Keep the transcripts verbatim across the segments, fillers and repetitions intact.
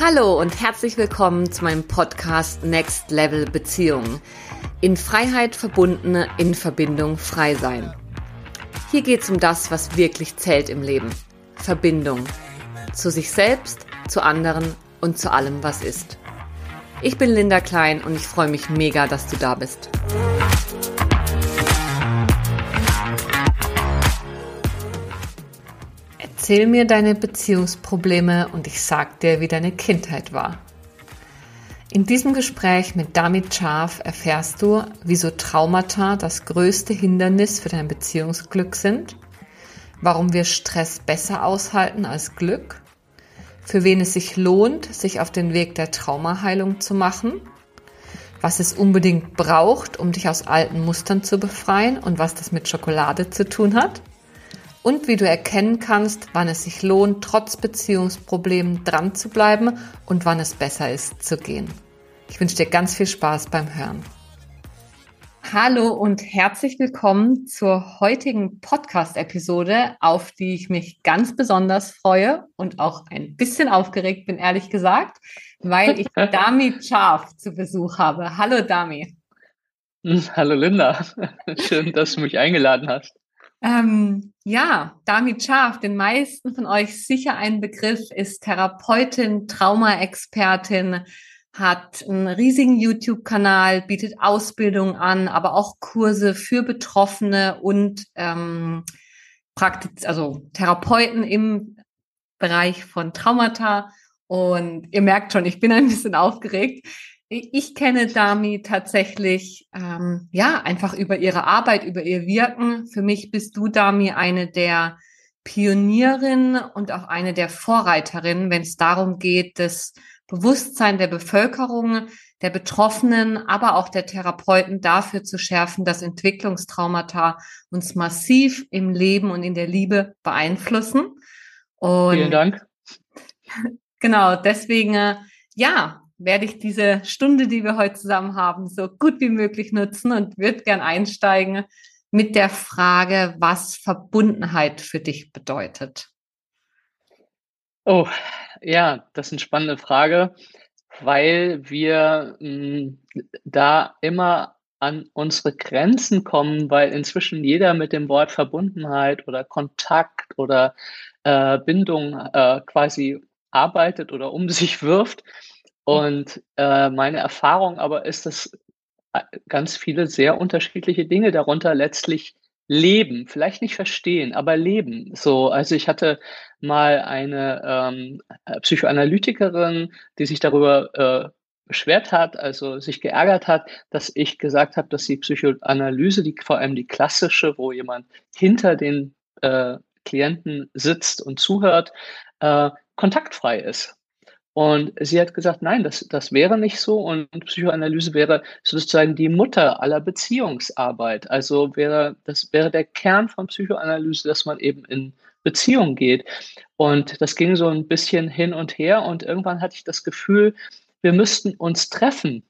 Hallo und herzlich willkommen zu meinem Podcast Next Level Beziehungen. In Freiheit verbundene, in Verbindung frei sein. Hier geht es um das, was wirklich zählt im Leben. Verbindung. Zu sich selbst, zu anderen und zu allem, was ist. Ich bin Linda Klein und ich freue mich mega, dass du da bist. Erzähl mir deine Beziehungsprobleme und ich sag dir, wie deine Kindheit war. In diesem Gespräch mit Damit Scharf erfährst du, wieso Traumata das größte Hindernis für dein Beziehungsglück sind, warum wir Stress besser aushalten als Glück, für wen es sich lohnt, sich auf den Weg der Traumaheilung zu machen, was es unbedingt braucht, um dich aus alten Mustern zu befreien und was das mit Schokolade zu tun hat, und wie du erkennen kannst, wann es sich lohnt, trotz Beziehungsproblemen dran zu bleiben und wann es besser ist, zu gehen. Ich wünsche dir ganz viel Spaß beim Hören. Hallo und herzlich willkommen zur heutigen Podcast-Episode, auf die ich mich ganz besonders freue und auch ein bisschen aufgeregt bin, ehrlich gesagt, weil ich Damit Scharf zu Besuch habe. Hallo Dami. Hallo Linda, schön, dass du mich eingeladen hast. Ähm, ja, Damit Scharf, den meisten von euch sicher ein Begriff, ist Therapeutin, Trauma-Expertin, hat einen riesigen YouTube-Kanal, bietet Ausbildung an, aber auch Kurse für Betroffene und ähm, Praktiz, also Therapeuten im Bereich von Traumata. Und ihr merkt schon, ich bin ein bisschen aufgeregt. Ich kenne Dami tatsächlich, ähm, ja, einfach über ihre Arbeit, über ihr Wirken. Für mich bist du, Dami, eine der Pionierinnen und auch eine der Vorreiterinnen, wenn es darum geht, das Bewusstsein der Bevölkerung, der Betroffenen, aber auch der Therapeuten dafür zu schärfen, dass Entwicklungstraumata uns massiv im Leben und in der Liebe beeinflussen. Und vielen Dank. Genau, deswegen, äh, ja, werde ich diese Stunde, die wir heute zusammen haben, so gut wie möglich nutzen und würde gern einsteigen mit der Frage, was Verbundenheit für dich bedeutet. Oh, ja, das ist eine spannende Frage, weil wir mh, da immer an unsere Grenzen kommen, weil inzwischen jeder mit dem Wort Verbundenheit oder Kontakt oder äh, Bindung äh, quasi arbeitet oder um sich wirft. Und äh, meine Erfahrung aber ist, dass äh, ganz viele sehr unterschiedliche Dinge darunter letztlich leben, vielleicht nicht verstehen, aber leben. So, also ich hatte mal eine ähm, äh, Psychoanalytikerin, die sich darüber äh, beschwert hat, also sich geärgert hat, dass ich gesagt habe, dass die Psychoanalyse, die vor allem die klassische, wo jemand hinter den äh, Klienten sitzt und zuhört, äh, kontaktfrei ist. Und sie hat gesagt, nein, das, das wäre nicht so und Psychoanalyse wäre sozusagen die Mutter aller Beziehungsarbeit. Also wäre, das wäre der Kern von Psychoanalyse, dass man eben in Beziehung geht. Und das ging so ein bisschen hin und her und irgendwann hatte ich das Gefühl, wir müssten uns treffen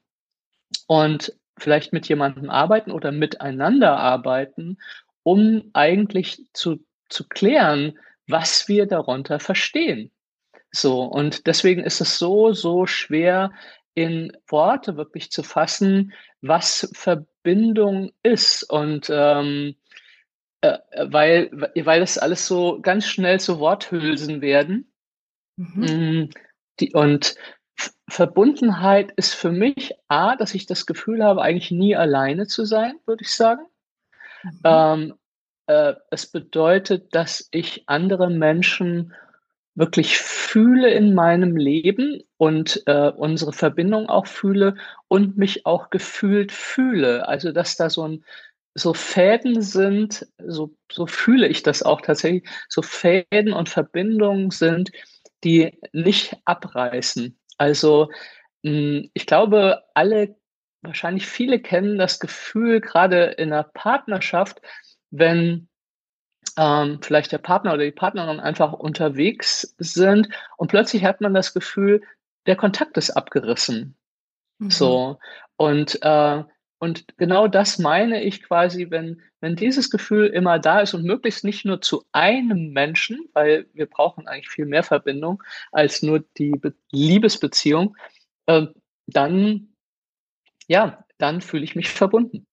und vielleicht mit jemandem arbeiten oder miteinander arbeiten, um eigentlich zu, zu klären, was wir darunter verstehen. So, und deswegen ist es so, so schwer in Worte wirklich zu fassen, was Verbindung ist. Und ähm, äh, weil, weil das alles so ganz schnell zu Worthülsen werden. Mhm. Mm, Die, und F- Verbundenheit ist für mich A, dass ich das Gefühl habe, eigentlich nie alleine zu sein, würde ich sagen. Mhm. Ähm, äh, es bedeutet, dass ich andere Menschen wirklich fühle in meinem Leben und äh, unsere Verbindung auch fühle und mich auch gefühlt fühle. Also dass da so ein so Fäden sind, so, so fühle ich das auch tatsächlich, so Fäden und Verbindungen sind, die nicht abreißen. Also mh, ich glaube, alle, wahrscheinlich viele kennen das Gefühl, gerade in einer Partnerschaft, wenn ähm, vielleicht der Partner oder die Partnerin einfach unterwegs sind und plötzlich hat man das Gefühl, der Kontakt ist abgerissen. Mhm. So. Und, äh, und genau das meine ich quasi, wenn wenn dieses Gefühl immer da ist und möglichst nicht nur zu einem Menschen, weil wir brauchen eigentlich viel mehr Verbindung als nur die Be Liebesbeziehung, ähm, dann ja, dann fühle ich mich verbunden.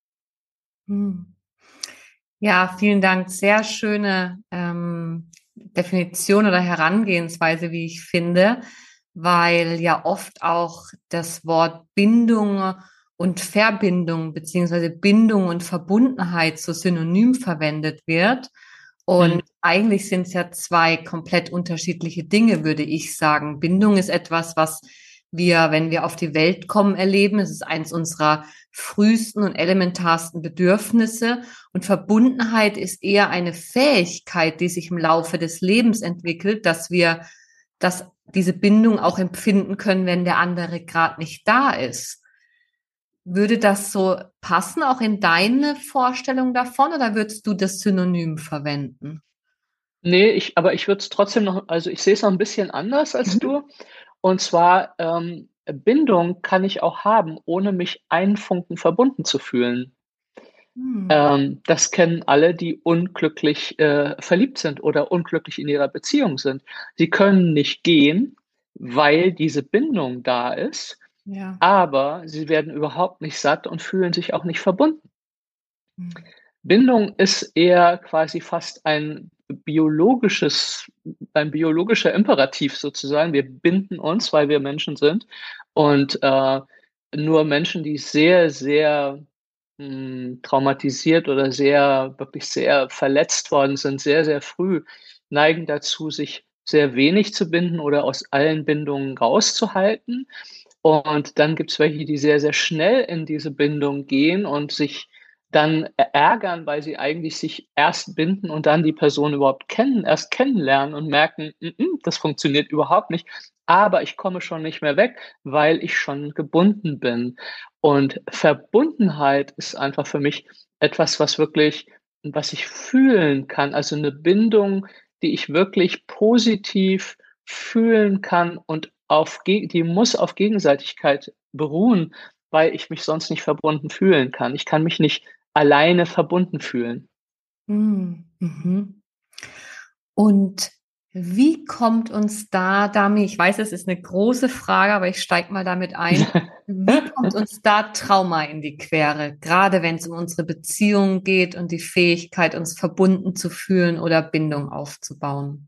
Mhm. Ja, vielen Dank. Sehr schöne ähm, Definition oder Herangehensweise, wie ich finde, weil ja oft auch das Wort Bindung und Verbindung beziehungsweise Bindung und Verbundenheit so synonym verwendet wird. Und Mhm. eigentlich sind es ja zwei komplett unterschiedliche Dinge, würde ich sagen. Bindung ist etwas, was wir, wenn wir auf die Welt kommen, erleben. Es ist eins unserer frühesten und elementarsten Bedürfnisse. Und Verbundenheit ist eher eine Fähigkeit, die sich im Laufe des Lebens entwickelt, dass wir, dass diese Bindung auch empfinden können, wenn der andere gerade nicht da ist. Würde das so passen, auch in deine Vorstellung davon, oder würdest du das Synonym verwenden? Ne, ich aber ich würde es trotzdem noch also, ich sehe es noch ein bisschen anders als Mhm. du. Und zwar, ähm, Bindung kann ich auch haben, ohne mich einen Funken verbunden zu fühlen. Hm. Ähm, das kennen alle, die unglücklich, äh, verliebt sind oder unglücklich in ihrer Beziehung sind. Sie können nicht gehen, weil diese Bindung da ist, Ja. aber sie werden überhaupt nicht satt und fühlen sich auch nicht verbunden. Hm. Bindung ist eher quasi fast ein biologisches ein biologischer Imperativ sozusagen. Wir binden uns, weil wir Menschen sind und, äh, nur Menschen, die sehr, sehr, hm, traumatisiert oder sehr wirklich sehr verletzt worden sind, sehr, sehr früh, neigen dazu, sich sehr wenig zu binden oder aus allen Bindungen rauszuhalten. Und dann gibt's welche, die sehr, sehr schnell in diese Bindung gehen und sich dann ä ärgern, weil sie eigentlich sich erst binden und dann die Person überhaupt kennen erst kennenlernen und merken: „Mm-mm, das funktioniert überhaupt nicht, aber ich komme schon nicht mehr weg, weil ich schon gebunden bin.“ Und Verbundenheit ist einfach für mich etwas, was wirklich was ich fühlen kann, also 'ne Bindung, die ich wirklich positiv fühlen kann und auf ge die muss auf Gegenseitigkeit beruhen, weil ich mich sonst nicht verbunden fühlen kann. Ich kann mich nicht alleine verbunden fühlen. Hm. Mhm. Und wie kommt uns da, Dami, ich weiß, es ist eine große Frage, aber ich steige mal damit ein. Wie kommt uns da Trauma in die Quere, gerade wenn es um unsere Beziehungen geht und die Fähigkeit, uns verbunden zu fühlen oder Bindung aufzubauen?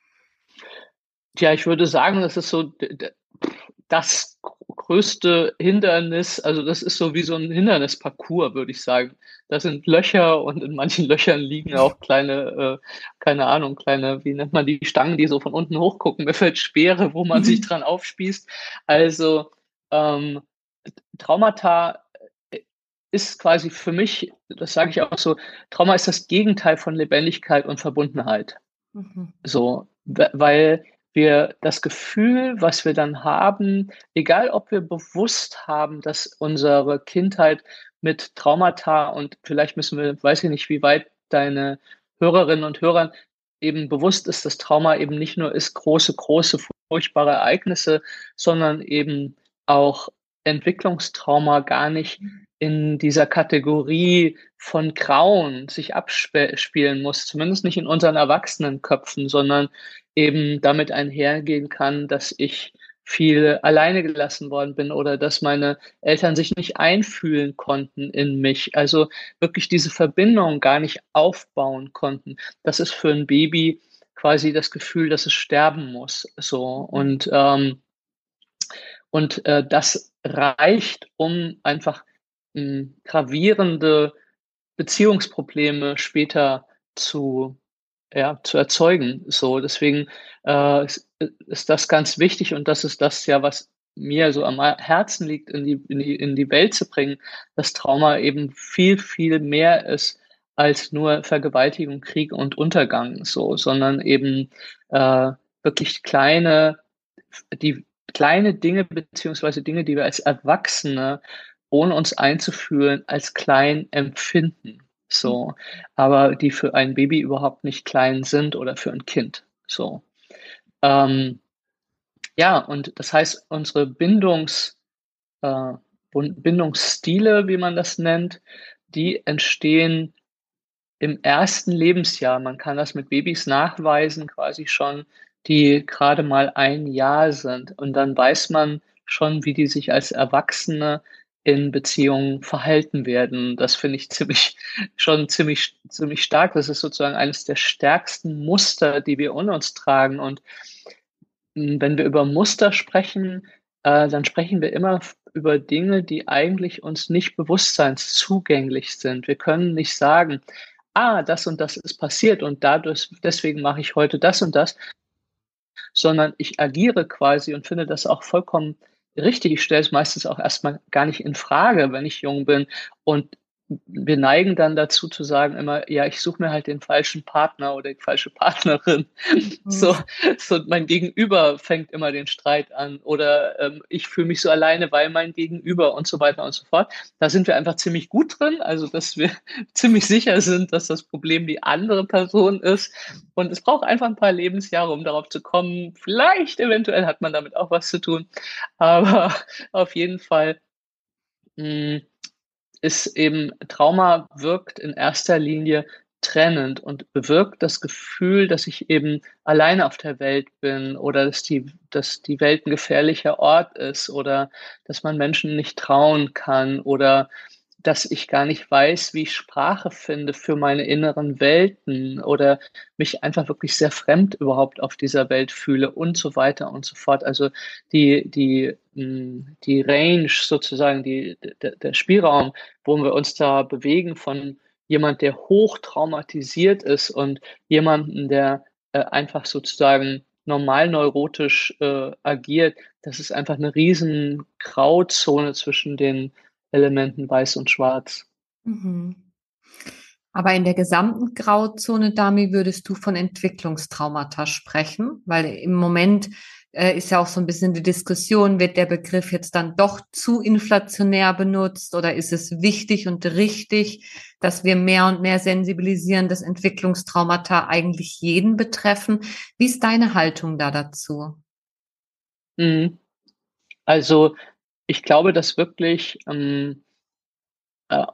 Tja, ich würde sagen, das ist so d d das größte Hindernis, also, das ist so wie so 'n Hindernisparcours, würde ich sagen. Da sind Löcher und in manchen Löchern liegen auch kleine, äh, keine Ahnung, kleine wie nennt man die Stangen, die so von unten hochgucken? Mir fällt Speere, wo man sich Mhm. dran aufspießt. Also, ähm, Traumata, äh, ist quasi für mich das sage ich auch so, Trauma ist das Gegenteil von Lebendigkeit und Verbundenheit. Mhm. So, w weil wir das Gefühl, was wir dann haben, egal ob wir bewusst haben, dass unsere Kindheit mit Traumata und vielleicht müssen wir weiß ich nicht, wie weit deine Hörerinnen und Hörern eben bewusst ist, dass Trauma eben nicht nur ist große, große, furchtbare Ereignisse, sondern eben auch Entwicklungstrauma gar nicht in dieser Kategorie von Grauen sich abspe spielen muss, zumindest nicht in unseren Erwachsenenköpfen, sondern eben damit einhergehen kann, dass ich viel alleine gelassen worden bin oder dass meine Eltern sich nicht einfühlen konnten in mich, also wirklich diese Verbindung gar nicht aufbauen konnten. Das ist für 'n Baby quasi das Gefühl, dass es sterben muss, so. Mhm. Und, ähm und, äh, das reicht, um einfach, hm, gravierende Beziehungsprobleme später zu ja, zu erzeugen, so. Deswegen, äh, ist i ist das ganz wichtig und das ist das ja, was mir so am a Herzen liegt, in die in die in die Welt zu bringen, dass Trauma eben viel, viel mehr ist als nur Vergewaltigung, Krieg und Untergang so, sondern eben, äh, wirklich kleine die kleine Dinge beziehungsweise Dinge, die wir als Erwachsene, ohne uns einzufühlen, als klein empfinden, so, aber die für ein Baby überhaupt nicht klein sind oder für 'n Kind, so. Ähm, ja, und das heißt, unsere Bindungs äh Bindungsstile, wie man das nennt, die entstehen im ersten Lebensjahr. Man kann das mit Babys nachweisen, quasi schon, die gerade mal ein Jahr sind. Und dann weiß man schon, wie die sich als Erwachsene in Beziehungen verhalten werden. Das finde ich ziemlich, schon ziemlich, ziemlich stark. Das ist sozusagen eines der stärksten Muster, die wir in uns tragen. Und hm, wenn wir über Muster sprechen, äh, dann sprechen wir immer f über Dinge, die eigentlich uns nicht bewusstseinszugänglich sind. Wir können nicht sagen: „Ah, das und das ist passiert und dadurch deswegen mache ich heute das und das“, sondern ich agiere quasi und finde das auch vollkommen richtig. Ich stelle es meistens auch erstmal gar nicht in Frage, wenn ich jung bin. Und wir neigen dann dazu zu sagen immer: „Ja, ich suche mir halt den falschen Partner oder die falsche Partnerin.“ Mhm. So so mein Gegenüber fängt immer den Streit an oder, ähm, ich fühle mich so alleine, weil mein Gegenüber und so weiter und so fort. Da sind wir einfach ziemlich gut drin, also, dass wir ziemlich sicher sind, dass das Problem die andere Person ist. Und es braucht einfach ein paar Lebensjahre, um darauf zu kommen. Vielleicht, eventuell hat man damit auch was zu tun, aber auf jeden Fall, hm, ist eben Trauma wirkt in erster Linie trennend und bewirkt das Gefühl, dass ich eben alleine auf der Welt bin oder dass die dass die Welt 'n gefährlicher Ort ist oder dass man Menschen nicht trauen kann oder dass ich gar nicht weiß, wie ich Sprache finde für meine inneren Welten oder mich einfach wirklich sehr fremd überhaupt auf dieser Welt fühle und so weiter und so fort. Also, die die hm, die Range sozusagen, die der der Spielraum, wo wir uns da bewegen von jemand, der hoch traumatisiert ist und jemanden, der, äh, einfach sozusagen normal neurotisch, äh, agiert. Das ist einfach 'ne riesen Grauzone zwischen den Elementen Weiß und Schwarz. Mhm. Aber in der gesamten Grauzone, Dami, würdest du von Entwicklungstraumata sprechen? Weil im Moment äh, ist ja auch so ein bisschen die Diskussion, wird der Begriff jetzt dann doch zu inflationär benutzt oder ist es wichtig und richtig, dass wir mehr und mehr sensibilisieren, dass Entwicklungstraumata eigentlich jeden betreffen? Wie ist deine Haltung da dazu? Mhm. Also, ich glaube, dass wirklich, ähm, äh,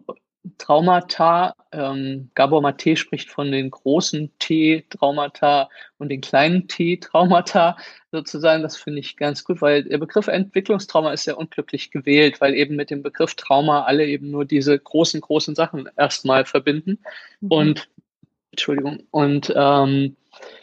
Traumata, ähm, Gabor Maté spricht von den großen T-Traumata und den kleinen T-Traumata sozusagen. Das finde ich ganz gut, weil der Begriff Entwicklungstrauma ist sehr unglücklich gewählt, weil eben mit dem Begriff Trauma alle eben nur diese großen, großen Sachen erstmal verbinden. Mhm. Und Entschuldigung, und, ähm,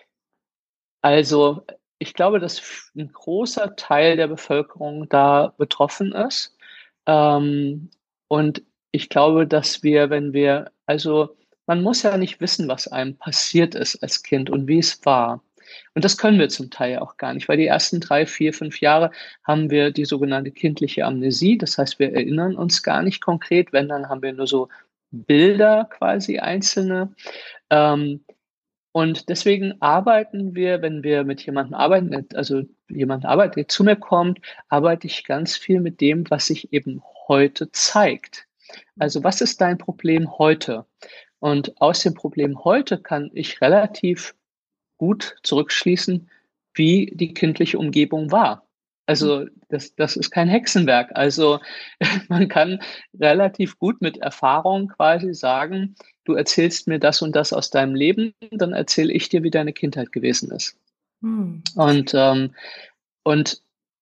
also, ich glaube, dass f 'n großer Teil der Bevölkerung da betroffen ist. Ähm, und ich glaube, dass wir, wenn wir also, man muss ja nicht wissen, was einem passiert ist als Kind und wie es war. Und das können wir zum Teil ja auch gar nicht, weil die ersten drei, vier, fünf Jahre haben wir die sogenannte kindliche Amnesie. Das heißt, wir erinnern uns gar nicht konkret, wenn, dann haben wir nur so Bilder quasi einzelne. Ähm, und deswegen arbeiten wir, wenn wir mit jemandem arbeiten, äh, also jemand arbeitet, der zu mir kommt, arbeite ich ganz viel mit dem, was sich eben heute zeigt. Also, was ist dein Problem heute? Und aus dem Problem heute kann ich relativ gut zurückschließen, wie die kindliche Umgebung war. Also, das das ist kein Hexenwerk. Also, man kann relativ gut mit Erfahrung quasi sagen: „Du erzählst mir das und das aus deinem Leben, dann erzähle ich dir, wie deine Kindheit gewesen ist.“ Mhm. Und, ähm und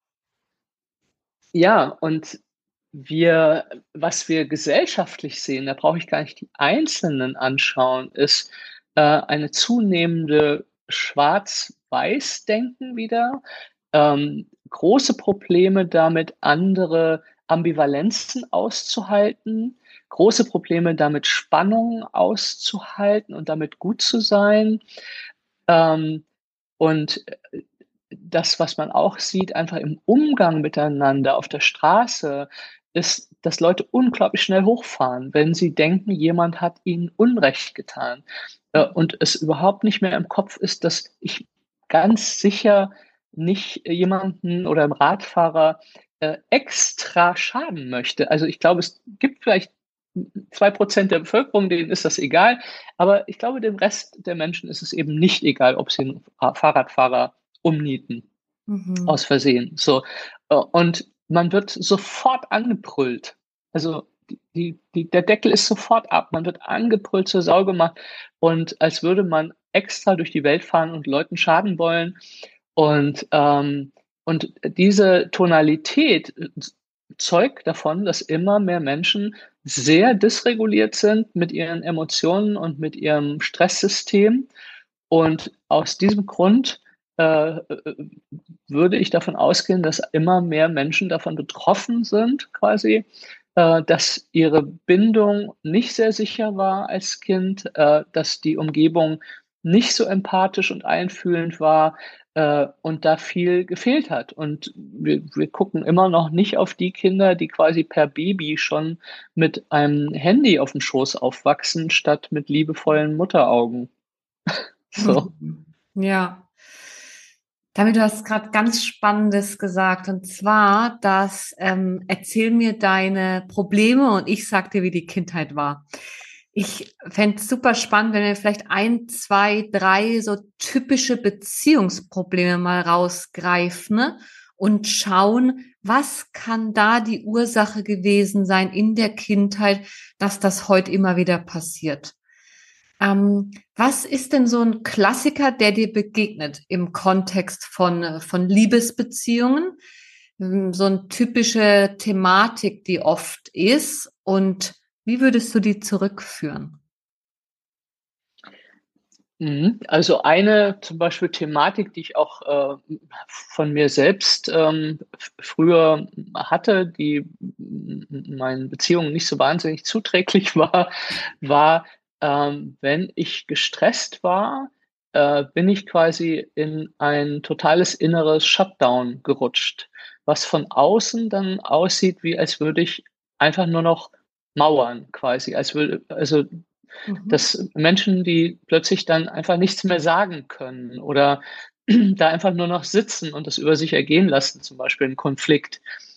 ja, und wir was wir gesellschaftlich sehen, da brauche ich gar nicht die Einzelnen anschauen, ist, äh, eine zunehmende Schwarz-Weiß-Denken wieder, ähm, große Probleme damit, andere Ambivalenzen auszuhalten, große Probleme damit, Spannungen auszuhalten und damit gut zu sein. Ähm, und, äh, das, was man auch sieht, einfach im Umgang miteinander auf der Straße, ist, dass Leute unglaublich schnell hochfahren, wenn sie denken, jemand hat ihnen Unrecht getan, äh, und es überhaupt nicht mehr im Kopf ist, dass ich ganz sicher nicht jemanden oder 'n Radfahrer, äh, extra schaden möchte. Also, ich glaube, es gibt vielleicht zwei Prozent der Bevölkerung, denen ist das egal, aber ich glaube, dem Rest der Menschen ist es eben nicht egal, ob sie 'n Fa Fahrradfahrer umnieten Mhm. aus Versehen, so. Äh, und man wird sofort angebrüllt. Also die, die, der Deckel ist sofort ab. Man wird angebrüllt, zur Sau gemacht und als würde man extra durch die Welt fahren und Leuten schaden wollen. Und, ähm, und diese Tonalität zeugt davon, dass immer mehr Menschen sehr dysreguliert sind mit ihren Emotionen und mit ihrem Stresssystem. Und aus diesem Grund äh, würde ich davon ausgehen, dass immer mehr Menschen davon betroffen sind, quasi, äh, dass ihre Bindung nicht sehr sicher war als Kind, äh, dass die Umgebung nicht so empathisch und einfühlend war, äh, und da viel gefehlt hat. Und wir, wir gucken immer noch nicht auf die Kinder, die quasi per Baby schon mit einem Handy auf dem Schoß aufwachsen, statt mit liebevollen Mutteraugen. So. Ja. Damit, du hast gerade ganz Spannendes gesagt, und zwar, dass ähm, erzähl mir deine Probleme und ich sag dir, wie die Kindheit war. Ich fände es super spannend, wenn wir vielleicht ein, zwei, drei so typische Beziehungsprobleme mal rausgreifen, ne? Und schauen, was kann da die Ursache gewesen sein in der Kindheit, dass das heute immer wieder passiert. Ähm, was ist denn so ein Klassiker, der dir begegnet im Kontext von, äh, von Liebesbeziehungen? Ähm, So eine typische Thematik, die oft ist. Und wie würdest du die zurückführen? Mhm. Also eine zum Beispiel Thematik, die ich auch äh, von mir selbst ähm, f- früher hatte, die m- meinen Beziehungen nicht so wahnsinnig zuträglich war, war, ähm, wenn ich gestresst war, äh, bin ich quasi in ein totales inneres Shutdown gerutscht, was von außen dann aussieht, wie als würde ich einfach nur noch mauern, quasi, als würde, also Mhm. dass Menschen, die plötzlich dann einfach nichts mehr sagen können oder da einfach nur noch sitzen und das über sich ergehen lassen, zum Beispiel 'n Konflikt.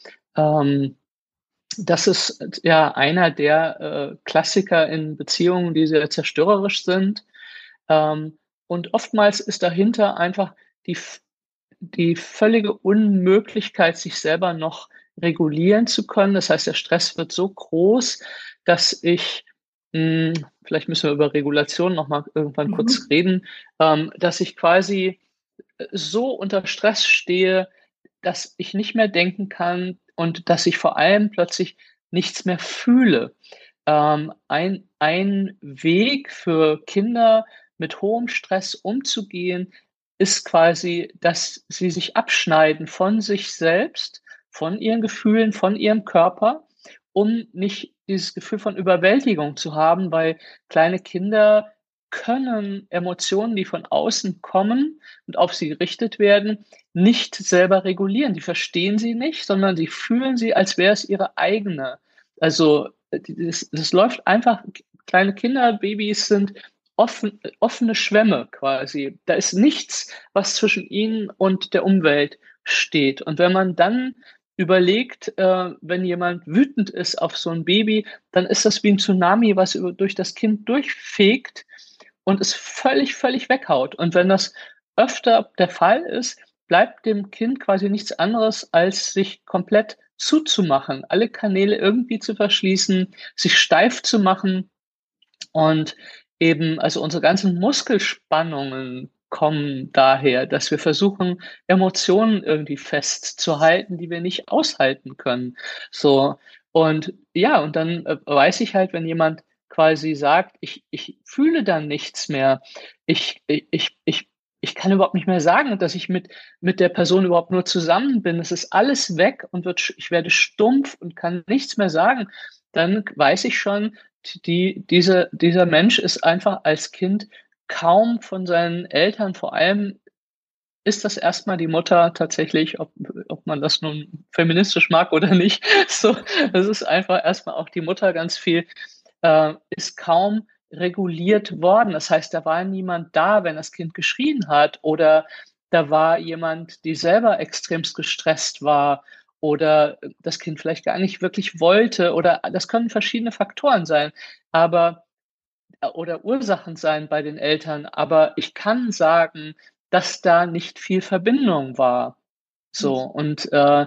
Ähm, das ist ja einer der, äh, Klassiker in Beziehungen, die sehr zerstörerisch sind. Ähm, und oftmals ist dahinter einfach die v die völlige Unmöglichkeit, sich selber noch regulieren zu können. Das heißt, der Stress wird so groß, dass ich hm, vielleicht müssen wir über Regulation noch mal irgendwann kurz Mhm. reden, ähm, dass ich quasi, äh, so unter Stress stehe, dass ich nicht mehr denken kann und dass ich vor allem plötzlich nichts mehr fühle. Ähm, ein ein Weg für Kinder, mit hohem Stress umzugehen, ist quasi, dass sie sich abschneiden von sich selbst, von ihren Gefühlen, von ihrem Körper, um nicht dieses Gefühl von Überwältigung zu haben, weil kleine Kinder können Emotionen, die von außen kommen und auf sie gerichtet werden, nicht selber regulieren. Die verstehen sie nicht, sondern sie fühlen sie, als wäre es ihre eigene. Also, äh, das das läuft einfach, kleine Kinder, Babys sind offen offene Schwämme quasi. Da ist nichts, was zwischen ihnen und der Umwelt steht. Und wenn man dann überlegt, äh, wenn jemand wütend ist auf so ein Baby, dann ist das wie ein Tsunami, was über durch das Kind durchfegt und es völlig, völlig weghaut. Und wenn das öfter der Fall ist, bleibt dem Kind quasi nichts anderes, als sich komplett zuzumachen, alle Kanäle irgendwie zu verschließen, sich steif zu machen und eben, also unsere ganzen Muskelspannungen kommen daher, dass wir versuchen, Emotionen irgendwie festzuhalten, die wir nicht aushalten können. So, und ja, und dann, äh, weiß ich halt, wenn jemand quasi sagt: „Ich ich fühle dann nichts mehr. Ich i ich ich ich kann überhaupt nicht mehr sagen, dass ich mit mit der Person überhaupt nur zusammen bin. Es ist alles weg und wird sch ich werde stumpf und kann nichts mehr sagen.“ Dann weiß ich schon, die diese dieser Mensch ist einfach als Kind kaum von seinen Eltern, vor allem ist das erst mal die Mutter tatsächlich, ob ob man das nun feministisch mag oder nicht. So, das ist einfach erst mal auch die Mutter ganz viel, äh, ist kaum reguliert worden. Das heißt, da war niemand da, wenn das Kind geschrien hat oder da war jemand, die selber extremst gestresst war oder das Kind vielleicht gar nicht wirklich wollte oder das können verschiedene Faktoren sein, aber äh, oder Ursachen sein bei den Eltern, aber ich kann sagen, dass da nicht viel Verbindung war. So und, äh,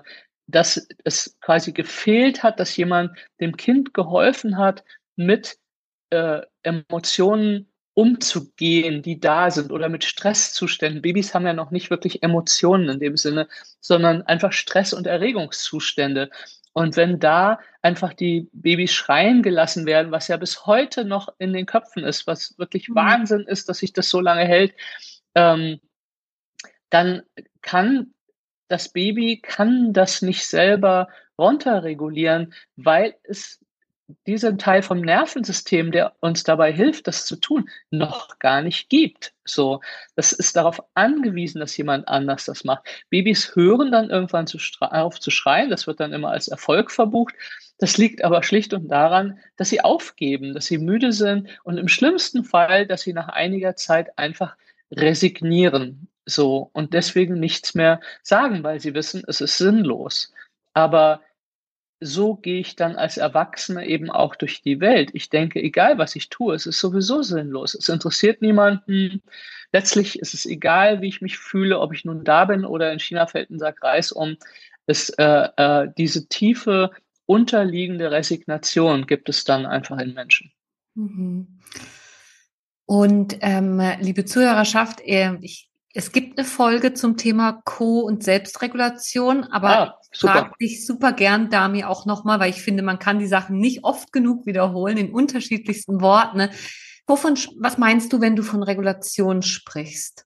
dass es quasi gefehlt hat, dass jemand dem Kind geholfen hat, mit äh, Emotionen umzugehen, die da sind, oder mit Stresszuständen. Babys haben ja noch nicht wirklich Emotionen in dem Sinne, sondern einfach Stress- und Erregungszustände. Und wenn da einfach die Babys schreien gelassen werden, was ja bis heute noch in den Köpfen ist, was wirklich Mhm. Wahnsinn ist, dass sich das so lange hält, ähm, dann kann das Baby kann das nicht selber runterregulieren, weil es diesen Teil vom Nervensystem, der uns dabei hilft, das zu tun, noch gar nicht gibt. So, das ist darauf angewiesen, dass jemand anders das macht. Babys hören dann irgendwann zu auf zu schreien, das wird dann immer als Erfolg verbucht. Das liegt aber schlicht und daran, dass sie aufgeben, dass sie müde sind und im schlimmsten Fall, dass sie nach einiger Zeit einfach resignieren, so, und deswegen nichts mehr sagen, weil sie wissen, es ist sinnlos. Aber so gehe ich dann als Erwachsener eben auch durch die Welt. Ich denke, egal was ich tue, es ist sowieso sinnlos. Es interessiert niemanden. Letztlich ist es egal, wie ich mich fühle, ob ich nun da bin oder in China fällt ein Sack Reis um. Es, äh, äh, diese tiefe, unterliegende Resignation gibt es dann einfach in Menschen. Mhm. Und ähm, liebe Zuhörerschaft, äh, ich, es gibt eine Folge zum Thema Co- und Selbstregulation, aber Ah, ich frage super. dich super gern, Dami, auch nochmal, weil ich finde, man kann die Sachen nicht oft genug wiederholen in unterschiedlichsten Worten. Ne? Wovon, sch- was meinst du, wenn du von Regulation sprichst?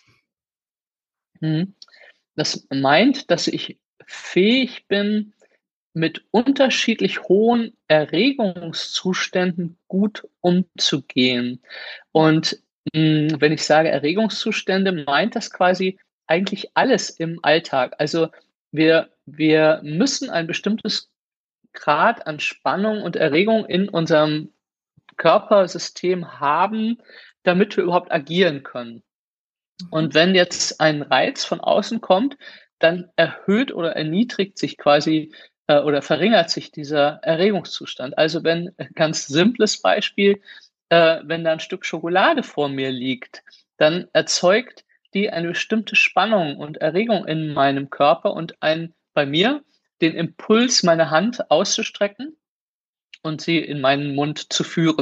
Mhm. Das meint, dass ich fähig bin, mit unterschiedlich hohen Erregungszuständen gut umzugehen. Und mh, wenn ich sage Erregungszustände, meint das quasi eigentlich alles im Alltag. Also wir, wir müssen ein bestimmtes Grad an Spannung und Erregung in unserem Körpersystem haben, damit wir überhaupt agieren können. Und wenn jetzt ein Reiz von außen kommt, dann erhöht oder erniedrigt sich quasi äh, oder verringert sich dieser Erregungszustand. Also wenn, ganz simples Beispiel, äh, wenn da ein Stück Schokolade vor mir liegt, dann erzeugt die eine bestimmte Spannung und Erregung in meinem Körper und ein, bei mir den Impuls, meine Hand auszustrecken und sie in meinen Mund zu führen.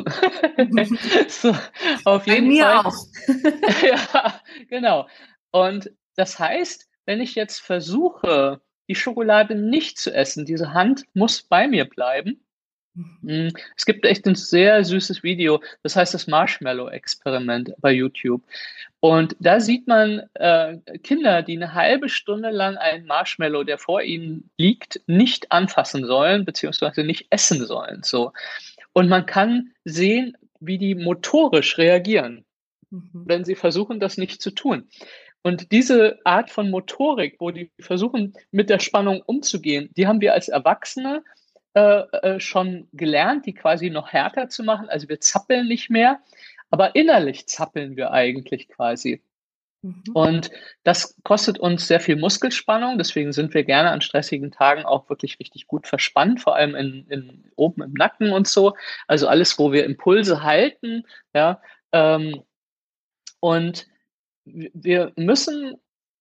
So, auf Bei jeden mir Fall. auch. Ja, genau. Und das heißt, wenn ich jetzt versuche, die Schokolade nicht zu essen, diese Hand muss bei mir bleiben. Hm, es gibt echt ein sehr süßes Video, das heißt das Marshmallow-Experiment bei YouTube. Und da sieht man äh, Kinder, die eine halbe Stunde lang einen Marshmallow, der vor ihnen liegt, nicht anfassen sollen, beziehungsweise nicht essen sollen. So. Und man kann sehen, wie die motorisch reagieren, Mhm. wenn sie versuchen, das nicht zu tun. Und diese Art von Motorik, wo die versuchen, mit der Spannung umzugehen, die haben wir als Erwachsene äh, äh, schon gelernt, die quasi noch härter zu machen. Also wir zappeln nicht mehr, aber innerlich zappeln wir eigentlich quasi. Mhm. Und das kostet uns sehr viel Muskelspannung. Deswegen sind wir gerne an stressigen Tagen auch wirklich richtig gut verspannt, vor allem in, in, oben im Nacken und so. Also alles, wo wir Impulse halten. Ja, ähm, und wir müssen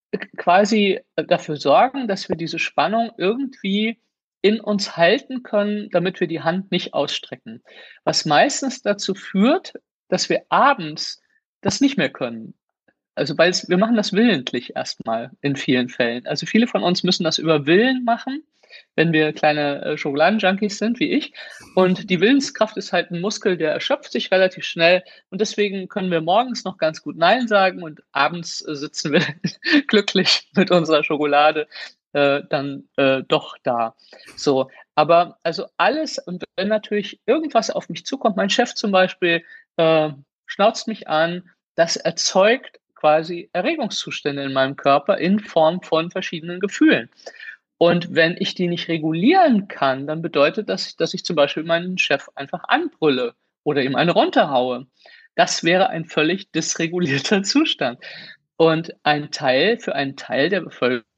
quasi dafür sorgen, dass wir diese Spannung irgendwie in uns halten können, damit wir die Hand nicht ausstrecken. Was meistens dazu führt, dass wir abends das nicht mehr können. Also weil wir machen das willentlich erstmal in vielen Fällen. Also viele von uns müssen das über Willen machen, wenn wir kleine äh, Schokoladenjunkies sind, wie ich. Und die Willenskraft ist halt ein Muskel, der erschöpft sich relativ schnell. Und deswegen können wir morgens noch ganz gut Nein sagen und abends äh, sitzen wir glücklich mit unserer Schokolade äh, dann äh, doch da. So, aber also alles, und wenn natürlich irgendwas auf mich zukommt, mein Chef zum Beispiel äh, schnauzt mich an, das erzeugt quasi Erregungszustände in meinem Körper in Form von verschiedenen Gefühlen. Und wenn ich die nicht regulieren kann, dann bedeutet das, dass ich zum Beispiel meinen Chef einfach anbrülle oder ihm eine runterhaue. Das wäre ein völlig dysregulierter Zustand. Und ein Teil, für einen Teil der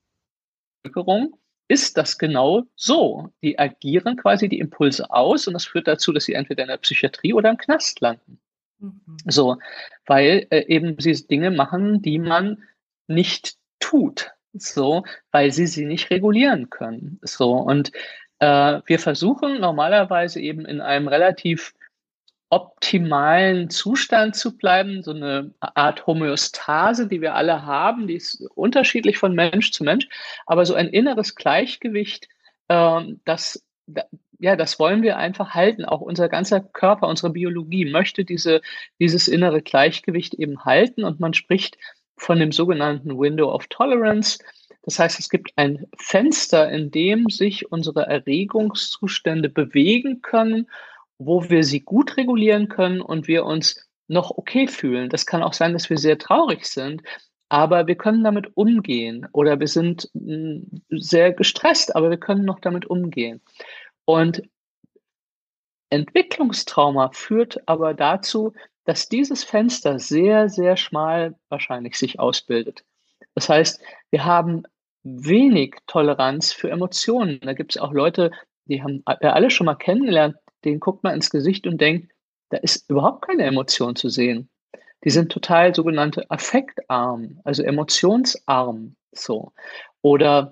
Bevölkerung ist das genau so. Die agieren quasi die Impulse aus und das führt dazu, dass sie entweder in der Psychiatrie oder im Knast landen. Mhm. So, weil äh, eben sie Dinge machen, die man nicht tut. so, weil sie sie nicht regulieren können. So, und äh, wir versuchen normalerweise eben in einem relativ optimalen Zustand zu bleiben, so eine Art Homöostase, die wir alle haben, die ist unterschiedlich von Mensch zu Mensch, aber so ein inneres Gleichgewicht, ähm, das, da, ja, das wollen wir einfach halten. Auch unser ganzer Körper, unsere Biologie möchte diese, dieses innere Gleichgewicht eben halten, und man spricht von dem sogenannten Window of Tolerance. Das heißt, es gibt ein Fenster, in dem sich unsere Erregungszustände bewegen können, wo wir sie gut regulieren können und wir uns noch okay fühlen. Das kann auch sein, dass wir sehr traurig sind, aber wir können damit umgehen, oder wir sind mh, sehr gestresst, aber wir können noch damit umgehen. Und Entwicklungstrauma führt aber dazu, dass dieses Fenster sehr, sehr schmal wahrscheinlich sich ausbildet. Das heißt, wir haben wenig Toleranz für Emotionen. Da gibt es auch Leute, die haben wir alle schon mal kennengelernt, denen guckt man ins Gesicht und denkt, da ist überhaupt keine Emotion zu sehen. Die sind total sogenannte affektarm, also emotionsarm, so. Oder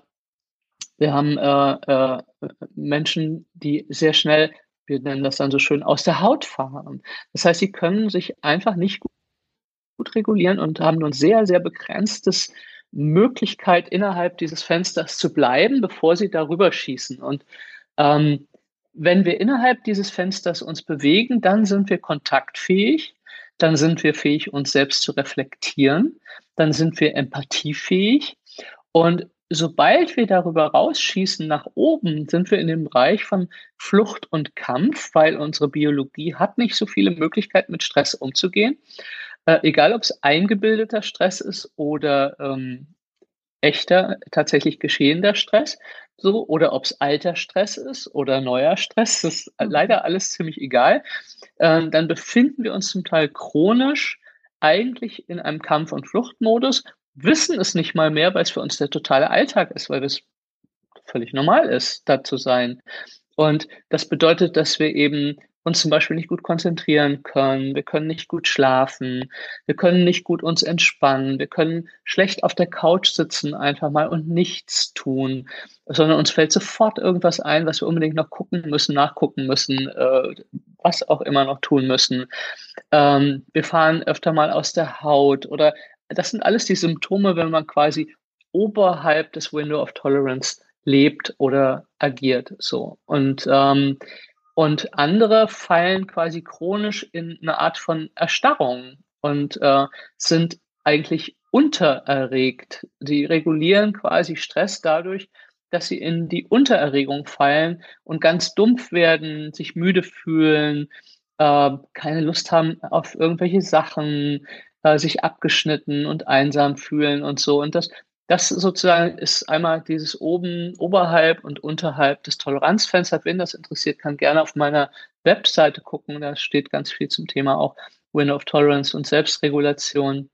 wir haben äh, äh, Menschen, die sehr schnell, wir nennen das dann so schön, aus der Haut fahren. Das heißt, sie können sich einfach nicht gut, gut regulieren und haben nur ein sehr, sehr begrenztes Möglichkeit, innerhalb dieses Fensters zu bleiben, bevor sie darüber schießen. Und ähm, wenn wir innerhalb dieses Fensters uns bewegen, dann sind wir kontaktfähig, dann sind wir fähig, uns selbst zu reflektieren, dann sind wir empathiefähig, und sobald wir darüber rausschießen nach oben, sind wir in dem Bereich von Flucht und Kampf, weil unsere Biologie hat nicht so viele Möglichkeiten, mit Stress umzugehen. Äh, egal, ob es eingebildeter Stress ist oder ähm, echter, tatsächlich geschehender Stress, so, oder ob es alter Stress ist oder neuer Stress, das ist leider alles ziemlich egal. Ähm, dann befinden wir uns zum Teil chronisch eigentlich in einem Kampf- und Fluchtmodus, wissen es nicht mal mehr, weil es für uns der totale Alltag ist, weil es völlig normal ist, da zu sein. Und das bedeutet, dass wir eben uns zum Beispiel nicht gut konzentrieren können, wir können nicht gut schlafen, wir können nicht gut uns entspannen, wir können schlecht auf der Couch sitzen einfach mal und nichts tun, sondern uns fällt sofort irgendwas ein, was wir unbedingt noch gucken müssen, nachgucken müssen, äh, was auch immer noch tun müssen. Ähm, wir fahren öfter mal aus der Haut, oder das sind alles die Symptome, wenn man quasi oberhalb des Window of Tolerance lebt oder agiert, so. Und, ähm, und andere fallen quasi chronisch in eine Art von Erstarrung und äh, sind eigentlich untererregt. Sie regulieren quasi Stress dadurch, dass sie in die Untererregung fallen und ganz dumpf werden, sich müde fühlen, äh, keine Lust haben auf irgendwelche Sachen, äh, sich abgeschnitten und einsam fühlen und so. Und das, das sozusagen ist einmal dieses oben, oberhalb und unterhalb des Toleranzfensters. Wen das interessiert, kann gerne auf meiner Webseite gucken. Da steht ganz viel zum Thema auch Window of Tolerance und Selbstregulation.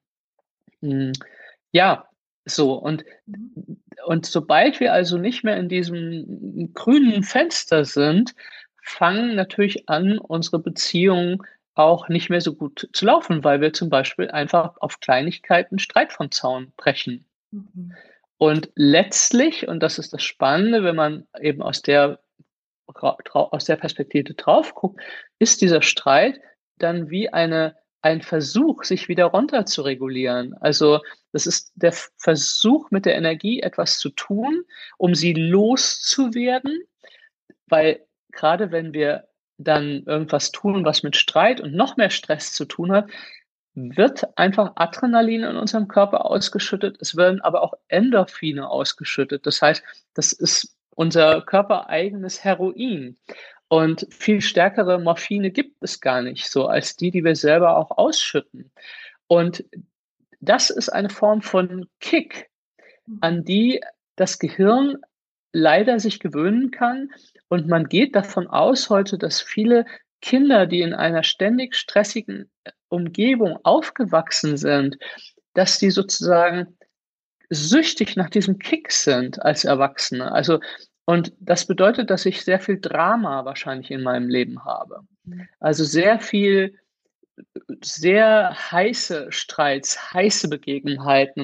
Hm, Ja, so. Und, und sobald wir also nicht mehr in diesem grünen Fenster sind, fangen natürlich an, unsere Beziehungen auch nicht mehr so gut zu laufen, weil wir zum Beispiel einfach auf Kleinigkeiten Streit vom Zaun brechen. Mhm. Und letztlich, und das ist das Spannende, wenn man eben aus der, ra- trau- aus der Perspektive drauf guckt, ist dieser Streit dann wie eine, ein Versuch, sich wieder runter zu regulieren. Also das ist der Versuch, mit der Energie etwas zu tun, um sie loszuwerden, weil gerade wenn wir dann irgendwas tun, was mit Streit und noch mehr Stress zu tun hat, wird einfach Adrenalin in unserem Körper ausgeschüttet. Es werden aber auch Endorphine ausgeschüttet. Das heißt, das ist unser körpereigenes Heroin. Und viel stärkere Morphine gibt es gar nicht, so als die, die wir selber auch ausschütten. Und das ist eine Form von Kick, an die das Gehirn leider sich gewöhnen kann. Und man geht davon aus heute, dass viele Kinder, die in einer ständig stressigen äh, Umgebung aufgewachsen sind, dass die sozusagen süchtig nach diesem Kick sind als Erwachsene. Also, und das bedeutet, dass ich sehr viel Drama wahrscheinlich in meinem Leben habe. Also sehr viel, sehr heiße Streits, heiße Begebenheiten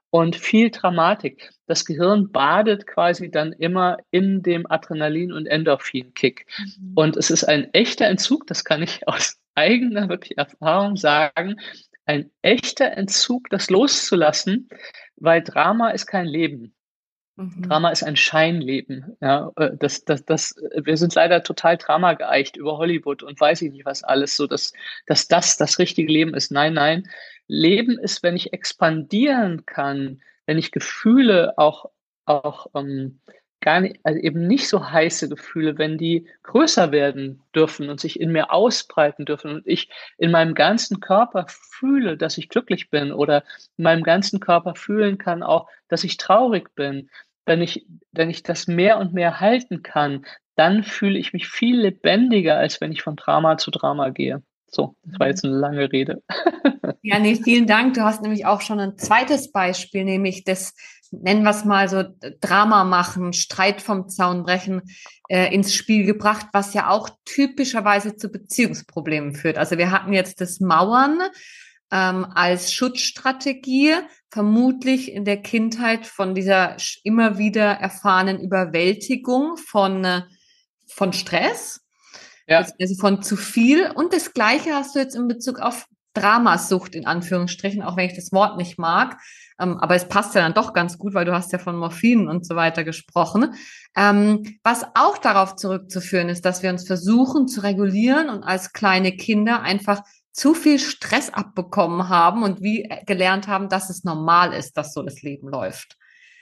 und viel Dramatik. Das Gehirn badet quasi dann immer in dem Adrenalin- und Endorphin-Kick. Mhm. Und es ist ein echter Entzug, das kann ich aus eigener wirklich Erfahrung sagen, ein echter Entzug, das loszulassen, weil Drama ist kein Leben. Mhm. Drama ist ein Scheinleben. Ja, äh, das, das, das, wir sind leider total Drama geeicht über Hollywood und weiß ich nicht was alles, so dass, dass das das richtige Leben ist. Nein, nein. Leben ist, wenn ich expandieren kann, wenn ich Gefühle auch, auch ähm, gar nicht, also eben nicht so heiße Gefühle, wenn die größer werden dürfen und sich in mir ausbreiten dürfen und ich in meinem ganzen Körper fühle, dass ich glücklich bin oder in meinem ganzen Körper fühlen kann auch, dass ich traurig bin. Wenn ich, wenn ich das mehr und mehr halten kann, dann fühle ich mich viel lebendiger, als wenn ich von Drama zu Drama gehe. So, das war jetzt eine lange Rede. Ja, nee, vielen Dank. Du hast nämlich auch schon ein zweites Beispiel, nämlich das, nennen wir es mal so, Drama machen, Streit vom Zaun brechen, äh, ins Spiel gebracht, was ja auch typischerweise zu Beziehungsproblemen führt. Also wir hatten jetzt das Mauern ähm, als Schutzstrategie, vermutlich in der Kindheit von dieser immer wieder erfahrenen Überwältigung von, äh, von Stress, Ja, also von zu viel. Und das Gleiche hast du jetzt in Bezug auf Dramasucht in Anführungsstrichen, auch wenn ich das Wort nicht mag. Ähm, aber es passt ja dann doch ganz gut, weil du hast ja von Morphin und so weiter gesprochen. Ähm, was auch darauf zurückzuführen ist, dass wir uns versuchen zu regulieren und als kleine Kinder einfach zu viel Stress abbekommen haben und wie gelernt haben, dass es normal ist, dass so das Leben läuft.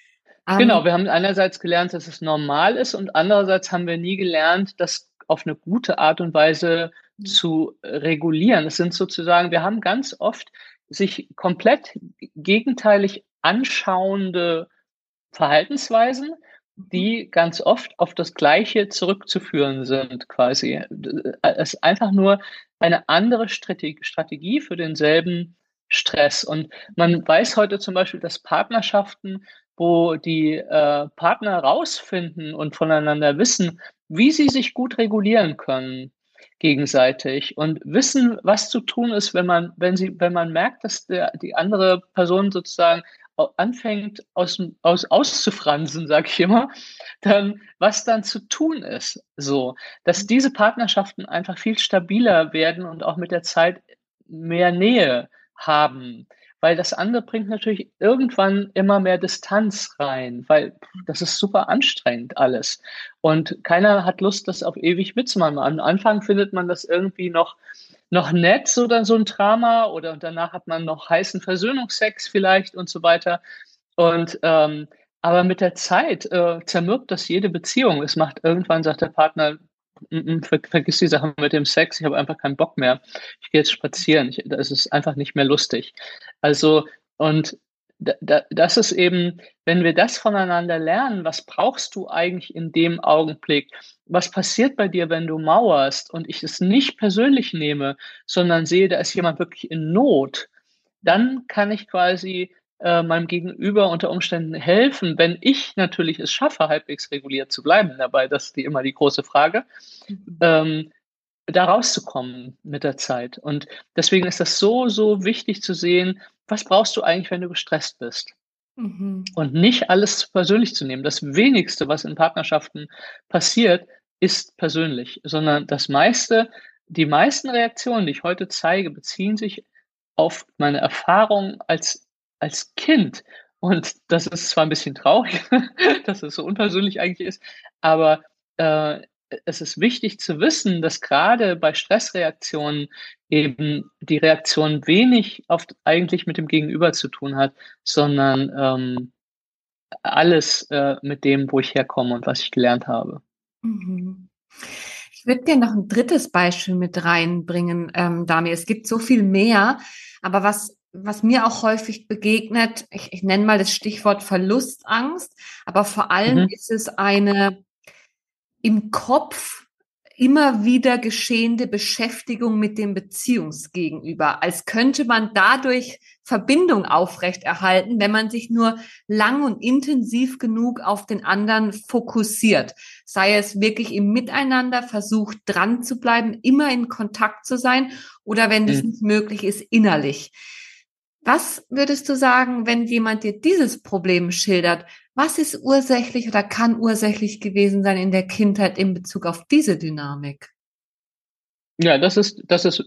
Ähm, genau. Wir haben einerseits gelernt, dass es normal ist und andererseits haben wir nie gelernt, das auf eine gute Art und Weise zu regulieren. Das sind sozusagen, wir haben ganz oft sich komplett gegenteilig anschauende Verhaltensweisen, die ganz oft auf das Gleiche zurückzuführen sind, quasi. Es ist einfach nur eine andere Strategie für denselben Stress. Und man weiß heute zum Beispiel, dass Partnerschaften, wo die äh, Partner rausfinden und voneinander wissen, wie sie sich gut regulieren können, gegenseitig und wissen, was zu tun ist, wenn man, wenn sie, wenn man merkt, dass der, die andere Person sozusagen anfängt aus, aus, auszufransen, sag ich immer, dann, was dann zu tun ist, so, dass diese Partnerschaften einfach viel stabiler werden und auch mit der Zeit mehr Nähe haben, weil das andere bringt natürlich irgendwann immer mehr Distanz rein, weil das ist super anstrengend alles und keiner hat Lust, das auf ewig mitzumachen. Am Anfang findet man das irgendwie noch noch nett, so dann so ein Drama oder und danach hat man noch heißen Versöhnungsex vielleicht und so weiter. Und ähm, aber mit der Zeit äh, zermürbt das jede Beziehung. Es macht irgendwann, sagt der Partner, "Mm, mm, ver vergiss die Sache mit dem Sex, ich habe einfach keinen Bock mehr. Ich gehe jetzt spazieren. Ich, das ist einfach nicht mehr lustig. Also, und da, da, das ist eben, wenn wir das voneinander lernen, was brauchst du eigentlich in dem Augenblick? Was passiert bei dir, wenn du mauerst und ich es nicht persönlich nehme, sondern sehe, da ist jemand wirklich in Not, dann kann ich quasi äh, meinem Gegenüber unter Umständen helfen, wenn ich natürlich es schaffe, halbwegs reguliert zu bleiben dabei, das ist die, immer die große Frage, ähm, da rauszukommen mit der Zeit. Und deswegen ist das so, so wichtig zu sehen, was brauchst du eigentlich, wenn du gestresst bist? mhm. Und nicht alles persönlich zu nehmen. Das Wenigste, was in Partnerschaften passiert, ist persönlich, sondern das meiste, die meisten Reaktionen, die ich heute zeige, beziehen sich auf meine Erfahrung als, als Kind. Und das ist zwar ein bisschen traurig, dass es so unpersönlich eigentlich ist, aber äh, es ist wichtig zu wissen, dass gerade bei Stressreaktionen eben die Reaktion wenig oft eigentlich mit dem Gegenüber zu tun hat, sondern ähm, alles äh, mit dem, wo ich herkomme und was ich gelernt habe. Mhm. Ich würde gerne noch ein drittes Beispiel mit reinbringen, ähm, Dami. Es gibt so viel mehr, aber was, was mir auch häufig begegnet, ich, ich nenne mal das Stichwort Verlustangst, aber vor allem Mhm. ist es eine im Kopf immer wieder geschehende Beschäftigung mit dem Beziehungsgegenüber, als könnte man dadurch Verbindung aufrechterhalten, wenn man sich nur lang und intensiv genug auf den anderen fokussiert. Sei es wirklich im Miteinander versucht, dran zu bleiben, immer in Kontakt zu sein oder wenn das Mhm. nicht möglich ist, innerlich. Was würdest du sagen, wenn jemand dir dieses Problem schildert? Was ist ursächlich oder kann ursächlich gewesen sein in der Kindheit in Bezug auf diese Dynamik? Ja, das ist, das ist,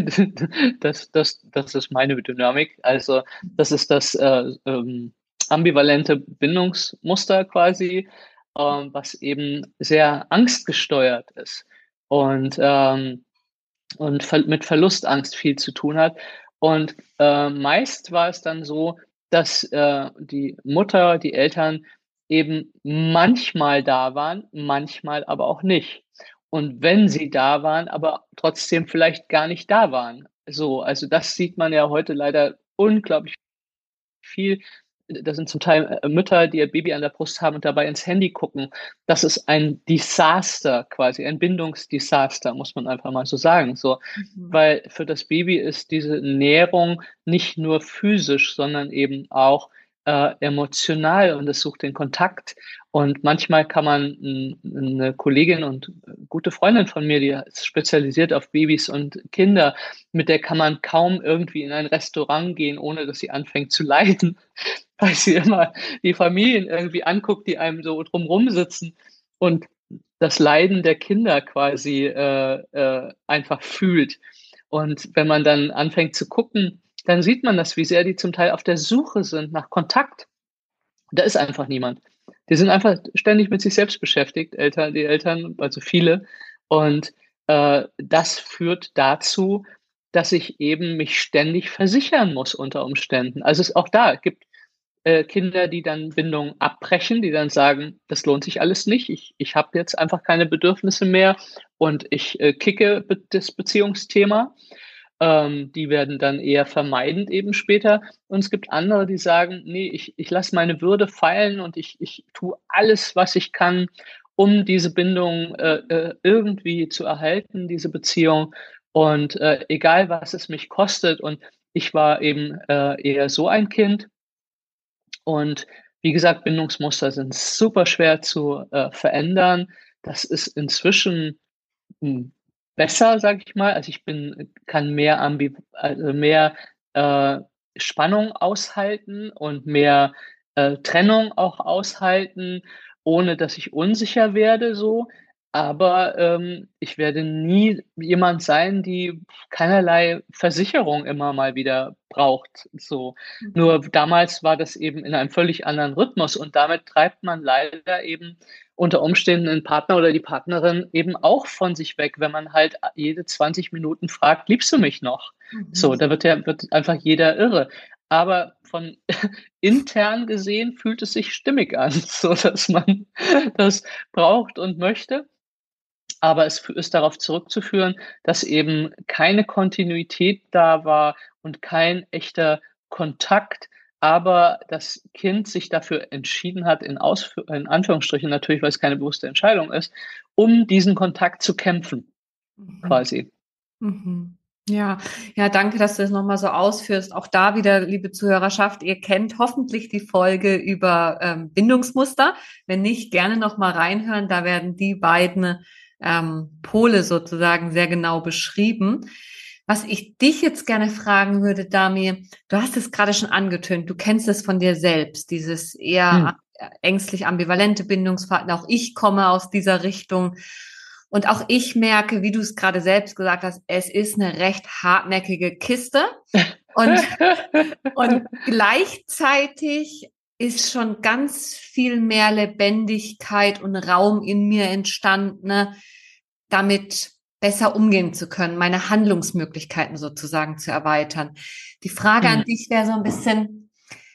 das, das, das ist meine Dynamik. Also, das ist das äh, ähm, ambivalente Bindungsmuster quasi, ähm, was eben sehr angstgesteuert ist und, ähm, und ver mit Verlustangst viel zu tun hat. Und äh, meist war es dann so, dass äh, die Mutter, die Eltern eben manchmal da waren, manchmal aber auch nicht. Und wenn sie da waren, aber trotzdem vielleicht gar nicht da waren. So, also das sieht man ja heute leider unglaublich viel. Das sind zum Teil äh, Mütter, die ihr Baby an der Brust haben und dabei ins Handy gucken. Das ist ein Desaster quasi, ein Bindungsdesaster, muss man einfach mal so sagen. So, Mhm. weil für das Baby ist diese Nährung nicht nur physisch, sondern eben auch äh, emotional und es sucht den Kontakt. Und manchmal kann man n- eine Kollegin und gute Freundin von mir, die ist spezialisiert auf Babys und Kinder, mit der kann man kaum irgendwie in ein Restaurant gehen, ohne dass sie anfängt zu leiden, weil sie immer die Familien irgendwie anguckt, die einem so drumrum sitzen und das Leiden der Kinder quasi äh, äh, einfach fühlt. Und wenn man dann anfängt zu gucken, dann sieht man das, wie sehr die zum Teil auf der Suche sind nach Kontakt. Da ist einfach niemand. Die sind einfach ständig mit sich selbst beschäftigt, Eltern, die Eltern, also viele. Und äh, das führt dazu, dass ich eben mich ständig versichern muss unter Umständen. Also es auch da gibt äh, Kinder, die dann Bindungen abbrechen, die dann sagen, das lohnt sich alles nicht. Ich, ich habe jetzt einfach keine Bedürfnisse mehr und ich äh, kicke be das Beziehungsthema. Ähm, die werden dann eher vermeidend eben später. Und es gibt andere, die sagen, nee, ich, ich lasse meine Würde fallen und ich, ich tue alles, was ich kann, um diese Bindung äh, äh, irgendwie zu erhalten, diese Beziehung. Und äh, egal, was es mich kostet. Und ich war eben äh, eher so ein Kind. Und wie gesagt, Bindungsmuster sind super schwer zu äh, verändern. Das ist inzwischen hm, besser, sage ich mal. Also ich bin kann mehr ambi also mehr, äh, Spannung aushalten und mehr, äh, Trennung auch aushalten, ohne dass ich unsicher werde so. Aber, ähm, ich werde nie jemand sein, die keinerlei Versicherung immer mal wieder braucht, so. Mhm. Nur damals war das eben in einem völlig anderen Rhythmus und damit treibt man leider eben unter Umständen den Partner oder die Partnerin eben auch von sich weg, wenn man halt jede zwanzig Minuten fragt: „Liebst du mich noch?“ So, Mhm. da wird ja wird einfach jeder irre. Aber von intern gesehen fühlt es sich stimmig an, so dass man das braucht und möchte. Aber es fü ist darauf zurückzuführen, dass eben keine Kontinuität da war und kein echter Kontakt, aber das Kind sich dafür entschieden hat, in Ausfü in Anführungsstrichen natürlich, weil es keine bewusste Entscheidung ist, um diesen Kontakt zu kämpfen, Mhm. quasi. Mhm. Ja, ja, danke, dass du das nochmal so ausführst. Auch da wieder, liebe Zuhörerschaft, ihr kennt hoffentlich die Folge über ähm, Bindungsmuster. Wenn nicht, gerne nochmal reinhören. Da werden die beiden ähm, Pole sozusagen sehr genau beschrieben. Was ich dich jetzt gerne fragen würde, Dami, du hast es gerade schon angetönt, du kennst es von dir selbst, dieses eher Mhm. ängstlich ambivalente Bindungsverhalten. Auch ich komme aus dieser Richtung. Und auch ich merke, wie du es gerade selbst gesagt hast, es ist eine recht hartnäckige Kiste. Und, und gleichzeitig ist schon ganz viel mehr Lebendigkeit und Raum in mir entstanden, ne, damit besser umgehen zu können, meine Handlungsmöglichkeiten sozusagen zu erweitern. Die Frage an Mhm. dich wäre so ein bisschen,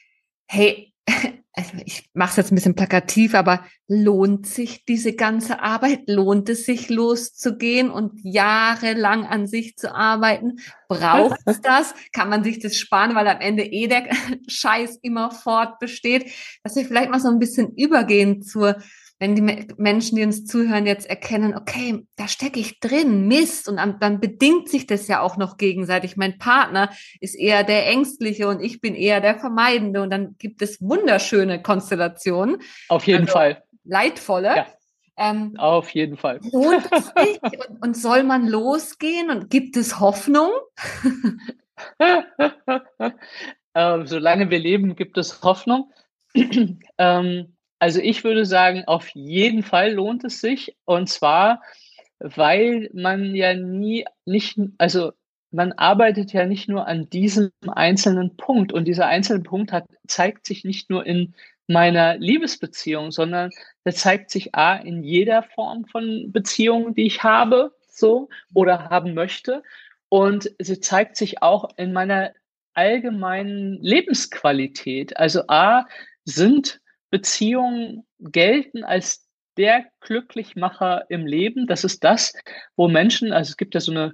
hey, also ich mache es jetzt ein bisschen plakativ, aber lohnt sich diese ganze Arbeit? Lohnt es sich loszugehen und jahrelang an sich zu arbeiten? Braucht es das? Kann man sich das sparen, weil am Ende eh der Scheiß immer fortbesteht? Dass wir vielleicht mal so ein bisschen übergehen zur, wenn die Me- Menschen, die uns zuhören, jetzt erkennen, okay, da stecke ich drin, Mist, und dann, dann bedingt sich das ja auch noch gegenseitig. Mein Partner ist eher der Ängstliche und ich bin eher der Vermeidende. Und dann gibt es wunderschöne Konstellationen, Auf jeden also Fall. leidvolle. Ja, Ähm, auf jeden Fall. lohnt es sich und, und soll man losgehen und gibt es Hoffnung? äh, solange wir leben, gibt es Hoffnung. ähm, also ich würde sagen, auf jeden Fall lohnt es sich. Und zwar, weil man ja nie, nicht, also man arbeitet ja nicht nur an diesem einzelnen Punkt. Und dieser einzelne Punkt hat, zeigt sich nicht nur in meiner Liebesbeziehung, sondern der zeigt sich A, in jeder Form von Beziehung, die ich habe, so oder haben möchte. Und sie zeigt sich auch in meiner allgemeinen Lebensqualität. Also A, sind Beziehungen gelten als der Glücklichmacher im Leben. Das ist das, wo Menschen, also es gibt ja so eine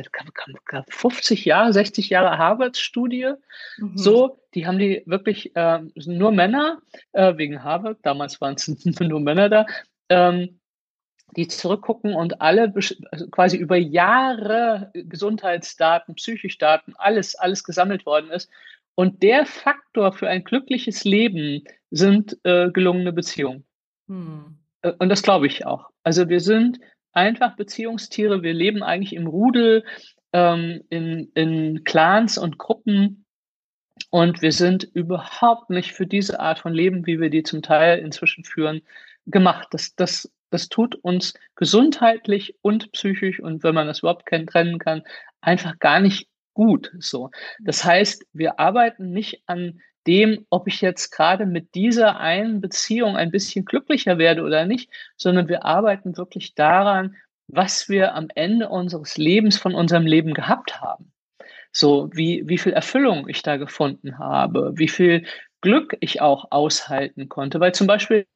fünfzig Jahre, sechzig Jahre Harvard-Studie, Mhm. so, die haben die wirklich äh, nur Männer, äh, wegen Harvard, damals waren es nur Männer da, ähm, die zurückgucken und alle besch- also quasi über Jahre Gesundheitsdaten, Psychischdaten, alles, alles gesammelt worden ist. Und der Faktor für ein glückliches Leben sind äh, gelungene Beziehungen. Hm. Äh, Und das glaube ich auch. Also wir sind einfach Beziehungstiere. Wir leben eigentlich im Rudel, ähm, in, in Clans und Gruppen. Und wir sind überhaupt nicht für diese Art von Leben, wie wir die zum Teil inzwischen führen, gemacht. Das, das, das tut uns gesundheitlich und psychisch und wenn man das überhaupt kennen, trennen kann, einfach gar nicht gut. So. Das heißt, wir arbeiten nicht an dem, ob ich jetzt gerade mit dieser einen Beziehung ein bisschen glücklicher werde oder nicht, sondern wir arbeiten wirklich daran, was wir am Ende unseres Lebens von unserem Leben gehabt haben. So, wie, wie viel Erfüllung ich da gefunden habe, wie viel Glück ich auch aushalten konnte. Weil zum Beispiel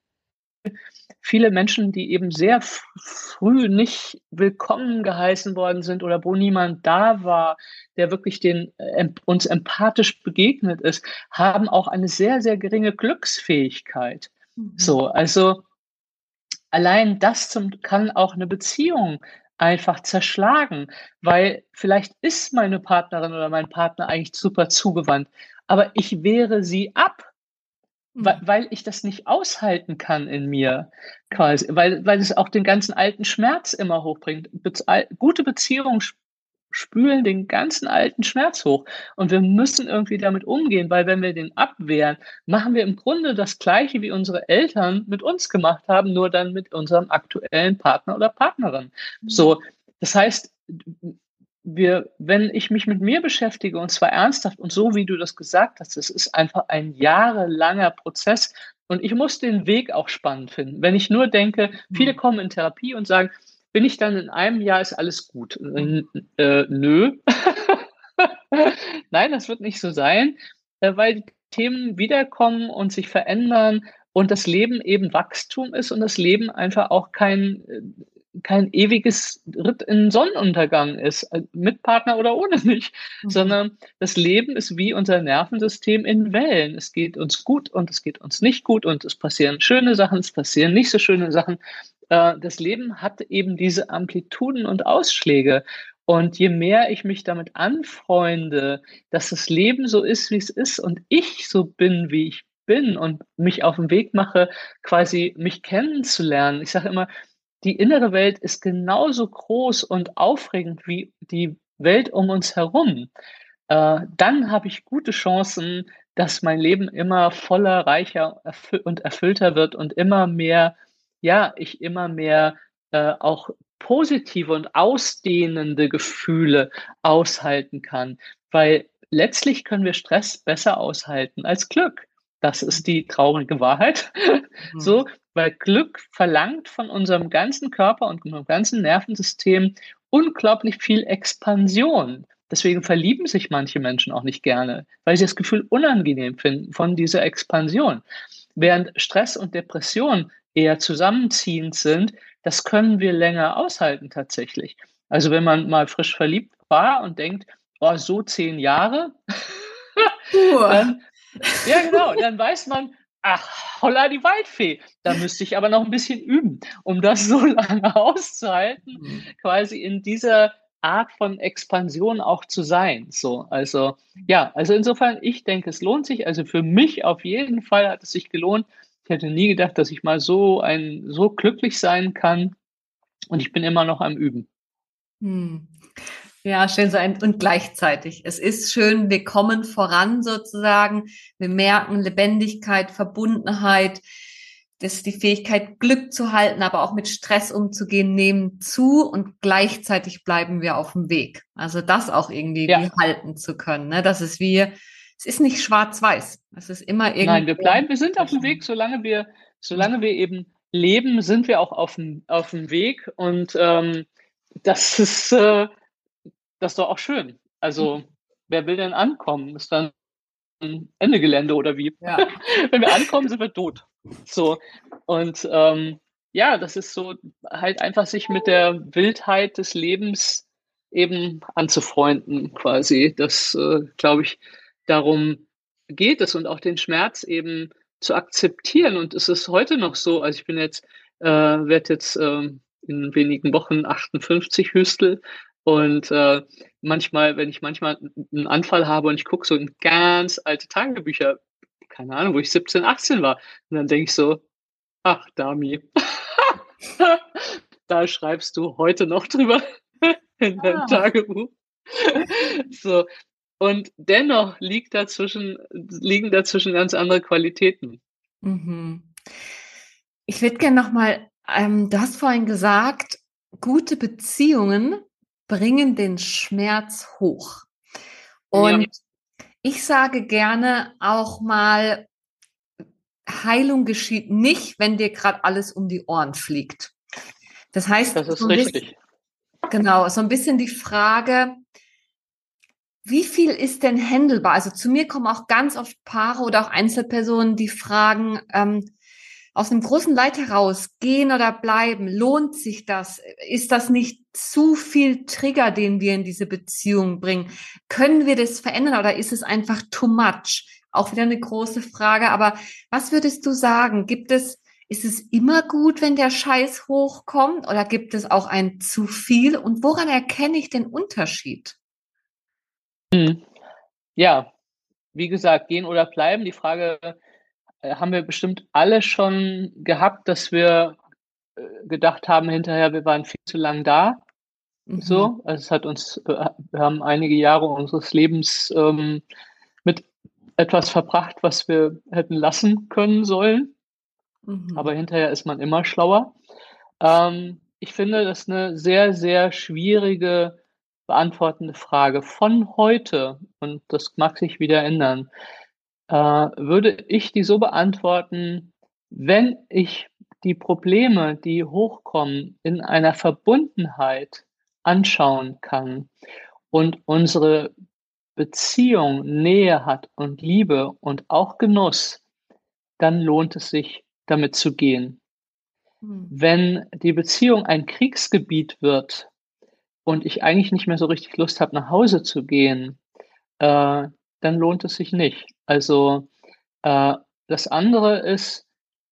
viele Menschen, die eben sehr f- früh nicht willkommen geheißen worden sind oder wo niemand da war, der wirklich den, äh, em- uns empathisch begegnet ist, haben auch eine sehr, sehr geringe Glücksfähigkeit. Mhm. So, also allein das zum, kann auch eine Beziehung einfach zerschlagen, weil vielleicht ist meine Partnerin oder mein Partner eigentlich super zugewandt, aber ich wehre sie ab, weil, Hm. weil ich das nicht aushalten kann in mir, quasi, weil, weil es auch den ganzen alten Schmerz immer hochbringt. Be gute Beziehungen spülen den ganzen alten Schmerz hoch. Und wir müssen irgendwie damit umgehen, weil wenn wir den abwehren, machen wir im Grunde das Gleiche, wie unsere Eltern mit uns gemacht haben, nur dann mit unserem aktuellen Partner oder Partnerin. So, das heißt, wir, wenn ich mich mit mir beschäftige und zwar ernsthaft und so, wie du das gesagt hast, es ist einfach ein jahrelanger Prozess und ich muss den Weg auch spannend finden. Wenn ich nur denke, viele Hm. kommen in Therapie und sagen, bin ich dann in einem Jahr, ist alles gut? Hm. N äh, nö. Nein, das wird nicht so sein, äh, weil die Themen wiederkommen und sich verändern und das Leben eben Wachstum ist und das Leben einfach auch kein, äh, kein ewiges Ritt in den Sonnenuntergang ist, äh, mit Partner oder ohne nicht, Mhm. sondern das Leben ist wie unser Nervensystem in Wellen. Es geht uns gut und es geht uns nicht gut und es passieren schöne Sachen, es passieren nicht so schöne Sachen. Äh, das Leben hat eben diese Amplituden und Ausschläge. Und je mehr ich mich damit anfreunde, dass das Leben so ist, wie es ist und ich so bin, wie ich bin und mich auf den Weg mache, quasi mich kennenzulernen. Ich sage immer, die innere Welt ist genauso groß und aufregend wie die Welt um uns herum. Äh, dann habe ich gute Chancen, dass mein Leben immer voller, reicher erfü und erfüllter wird und immer mehr, ja, ich immer mehr äh, auch positive und ausdehnende Gefühle aushalten kann. Weil letztlich können wir Stress besser aushalten als Glück. Das ist die traurige Wahrheit. Mhm. So, weil Glück verlangt von unserem ganzen Körper und unserem ganzen Nervensystem unglaublich viel Expansion. Deswegen verlieben sich manche Menschen auch nicht gerne, weil sie das Gefühl unangenehm finden von dieser Expansion. Während Stress und Depression eher zusammenziehend sind, das können wir länger aushalten tatsächlich. Also wenn man mal frisch verliebt war und denkt, oh, so zehn Jahre, Puh. dann, ja genau, dann weiß man, ach, holla die Waldfee. Da müsste ich aber noch ein bisschen üben, um das so lange auszuhalten, Mhm. quasi in dieser Art von Expansion auch zu sein. So, also ja, also insofern, ich denke, es lohnt sich. Also für mich auf jeden Fall hat es sich gelohnt. Ich hätte nie gedacht, dass ich mal so ein so glücklich sein kann und ich bin immer noch am Üben. Hm. Ja, schön so ein und gleichzeitig. Es ist schön, wir kommen voran sozusagen. Wir merken Lebendigkeit, Verbundenheit, dass die Fähigkeit, Glück zu halten, aber auch mit Stress umzugehen, nehmen zu und gleichzeitig bleiben wir auf dem Weg. Also das auch irgendwie wie Ja, halten zu können, ne? Das ist wie, es ist nicht schwarz-weiß. Es ist immer nein, wir irgendwo bleiben wir sind auf dem Weg, zwischen. solange wir solange wir eben leben, sind wir auch auf dem auf dem Weg und, ähm, das ist, äh das ist doch auch schön. Also, wer will denn ankommen? Ist dann Ende Gelände oder wie? Ja. Wenn wir ankommen, sind wir tot. So, und, ähm, ja, das ist so halt einfach sich mit der Wildheit des Lebens eben anzufreunden quasi. Das, äh, glaube ich, darum geht es und auch den Schmerz eben zu akzeptieren. Und es ist heute noch so, also ich bin jetzt, äh, werde jetzt, ähm, in wenigen Wochen achtundfünfzig Hüstel und, äh, manchmal, wenn ich manchmal einen Anfall habe und ich gucke so in ganz alte Tagebücher, keine Ahnung, wo ich siebzehn, achtzehn war, und dann denke ich so: „Ach, Dami, da schreibst du heute noch drüber in deinem Ah. Tagebuch." So, und dennoch liegt dazwischen liegen dazwischen ganz andere Qualitäten. Mhm. Ich würde gerne noch mal, ähm, du hast vorhin gesagt, gute Beziehungen bringen den Schmerz hoch. Ja, Und ich sage gerne auch mal, Heilung geschieht nicht, wenn dir gerade alles um die Ohren fliegt. Das heißt, das so ist ein bisschen, richtig. genau, so ein bisschen die Frage, wie viel ist denn händelbar? Also zu mir kommen auch ganz oft Paare oder auch Einzelpersonen, die fragen, ähm, aus einem großen Leid heraus, gehen oder bleiben, lohnt sich das? Ist das nicht zu viel Trigger, den wir in diese Beziehung bringen? Können wir das verändern oder ist es einfach too much? Auch wieder eine große Frage. Aber was würdest du sagen? Gibt es, ist es immer gut, wenn der Scheiß hochkommt oder gibt es auch ein zu viel? Und woran erkenne ich den Unterschied? Mhm. Ja, wie gesagt, gehen oder bleiben, die Frage, äh, haben wir bestimmt alle schon gehabt, dass wir, äh, gedacht haben hinterher, wir waren viel zu lang da, Mhm. so. Also, es hat uns äh, wir haben einige Jahre unseres Lebens, ähm, mit etwas verbracht, was wir hätten lassen können sollen, Mhm. aber hinterher ist man immer schlauer. Ähm, ich finde das 'ne sehr, sehr schwierige beantwortende Frage. Von heute, und das mag sich wieder ändern, äh, würde ich die so beantworten: Wenn ich die Probleme, die hochkommen, in einer Verbundenheit anschauen kann und unsere Beziehung Nähe hat und Liebe und auch Genuss, dann lohnt es sich, damit zu gehen. Mhm. Wenn die Beziehung ein Kriegsgebiet wird und ich eigentlich nicht mehr so richtig Lust habe, nach Hause zu gehen, äh, dann lohnt es sich nicht. Also, äh, das andere ist,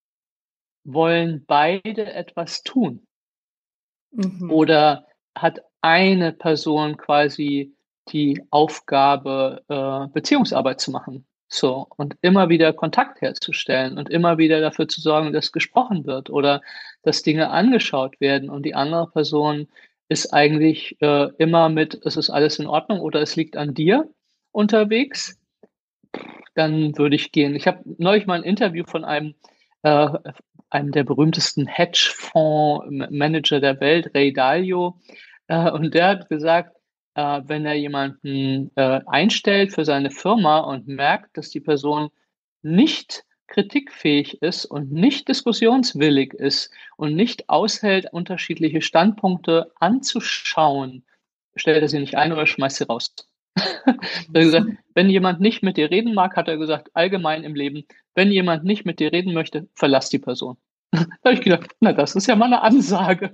wollen beide etwas tun? Mhm. Oder hat eine Person quasi die Aufgabe, äh, Beziehungsarbeit zu machen? So, und immer wieder Kontakt herzustellen und immer wieder dafür zu sorgen, dass gesprochen wird oder dass Dinge angeschaut werden und die andere Person ist eigentlich, äh, immer mit: „Es ist alles in Ordnung" oder „Es liegt an dir" unterwegs, dann würde ich gehen. Ich habe neulich mal 'n Interview von einem, äh einem der berühmtesten Hedgefonds-Manager der Welt, Ray Dalio, äh, und der hat gesagt, äh, wenn er jemanden, äh, einstellt für seine Firma und merkt, dass die Person nicht kritikfähig ist und nicht diskussionswillig ist und nicht aushält, unterschiedliche Standpunkte anzuschauen, stellt er sie nicht ein oder schmeißt sie raus. Er hat gesagt: „Wenn jemand nicht mit dir reden mag", hat er gesagt, allgemein im Leben: „Wenn jemand nicht mit dir reden möchte, verlass die Person." Da habe ich gedacht: „Na, das ist ja mal 'ne Ansage."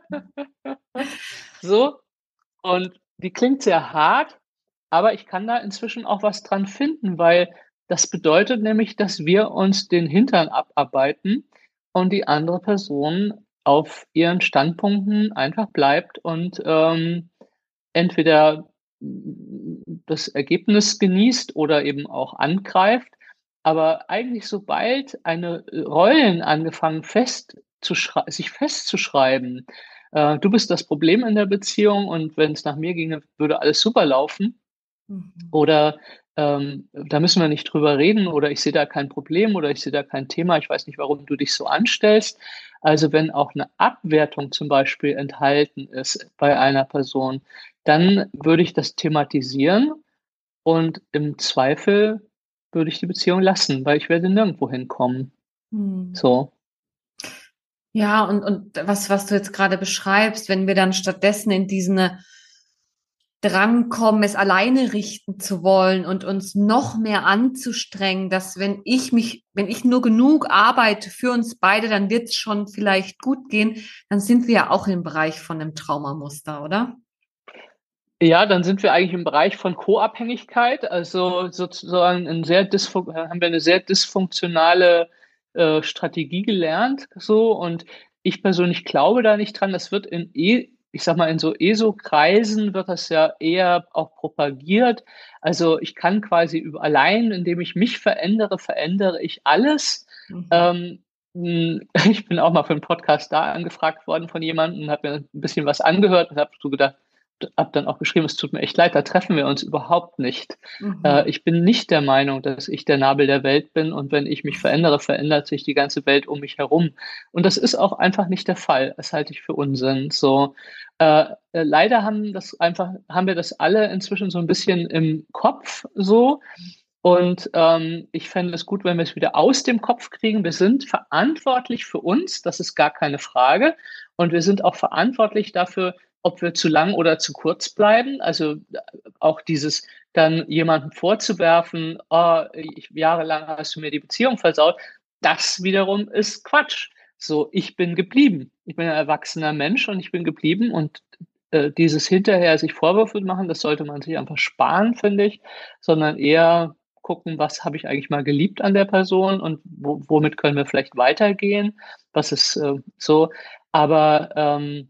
So, und die klingt sehr hart, aber ich kann da inzwischen auch was dran finden, weil das bedeutet nämlich, dass wir uns den Hintern abarbeiten und die andere Person auf ihren Standpunkten einfach bleibt und, ähm, entweder hm, das Ergebnis genießt oder eben auch angreift. Aber eigentlich sobald eine äh, Rollen angefangen festzuschrei sich festzuschreiben, äh, du bist das Problem in der Beziehung und wenn es nach mir ginge, würde alles super laufen. Mhm. Oder ähm, da müssen wir nicht drüber reden oder ich sehe da kein Problem oder ich sehe da kein Thema, ich weiß nicht, warum du dich so anstellst. Also wenn auch eine Abwertung zum Beispiel enthalten ist bei einer Person, dann würde ich das thematisieren und im Zweifel würde ich die Beziehung lassen, weil ich werde nirgendwo hinkommen. Mhm. So. Ja, und, und was, was du jetzt gerade beschreibst, wenn wir dann stattdessen in diesen Drang kommen, es alleine richten zu wollen und uns noch mehr anzustrengen, dass wenn ich mich, wenn ich nur genug arbeite für uns beide, dann wird es schon vielleicht gut gehen, dann sind wir ja auch im Bereich von einem Traumamuster, oder? Ja, dann sind wir eigentlich im Bereich von Co-Abhängigkeit, also sozusagen ein sehr dysfun haben wir eine sehr dysfunktionale äh, Strategie gelernt, so und ich persönlich glaube da nicht dran. Das wird in e ich sag mal, in so E S O-Kreisen wird das ja eher auch propagiert. Also ich kann quasi über allein, indem ich mich verändere, verändere ich alles. Mhm. Ähm, mh, ich bin auch mal für einen Podcast da angefragt worden von jemandem und habe mir ein bisschen was angehört und habe so gedacht, habe dann auch geschrieben, es tut mir echt leid, da treffen wir uns überhaupt nicht. Äh, Mhm. ich bin nicht der Meinung, dass ich der Nabel der Welt bin und wenn ich mich verändere, verändert sich die ganze Welt um mich herum. Und das ist auch einfach nicht der Fall. Das halte ich für Unsinn. So, äh, äh, leider haben das einfach, haben wir das alle inzwischen so ein bisschen im Kopf so. Und ähm, ich fände es gut, wenn wir es wieder aus dem Kopf kriegen. Wir sind verantwortlich für uns, das ist gar keine Frage. Und wir sind auch verantwortlich dafür, ob wir zu lang oder zu kurz bleiben. Also äh, auch dieses dann jemandem vorzuwerfen, oh, ich, jahrelang hast du mir die Beziehung versaut, das wiederum ist Quatsch. So, ich bin geblieben. Ich bin ein erwachsener Mensch und ich bin geblieben und äh, dieses hinterher sich Vorwürfe machen, das sollte man sich einfach sparen, finde ich, sondern eher gucken, was habe ich eigentlich mal geliebt an der Person und wo, womit können wir vielleicht weitergehen, was ist äh, so. Aber ähm,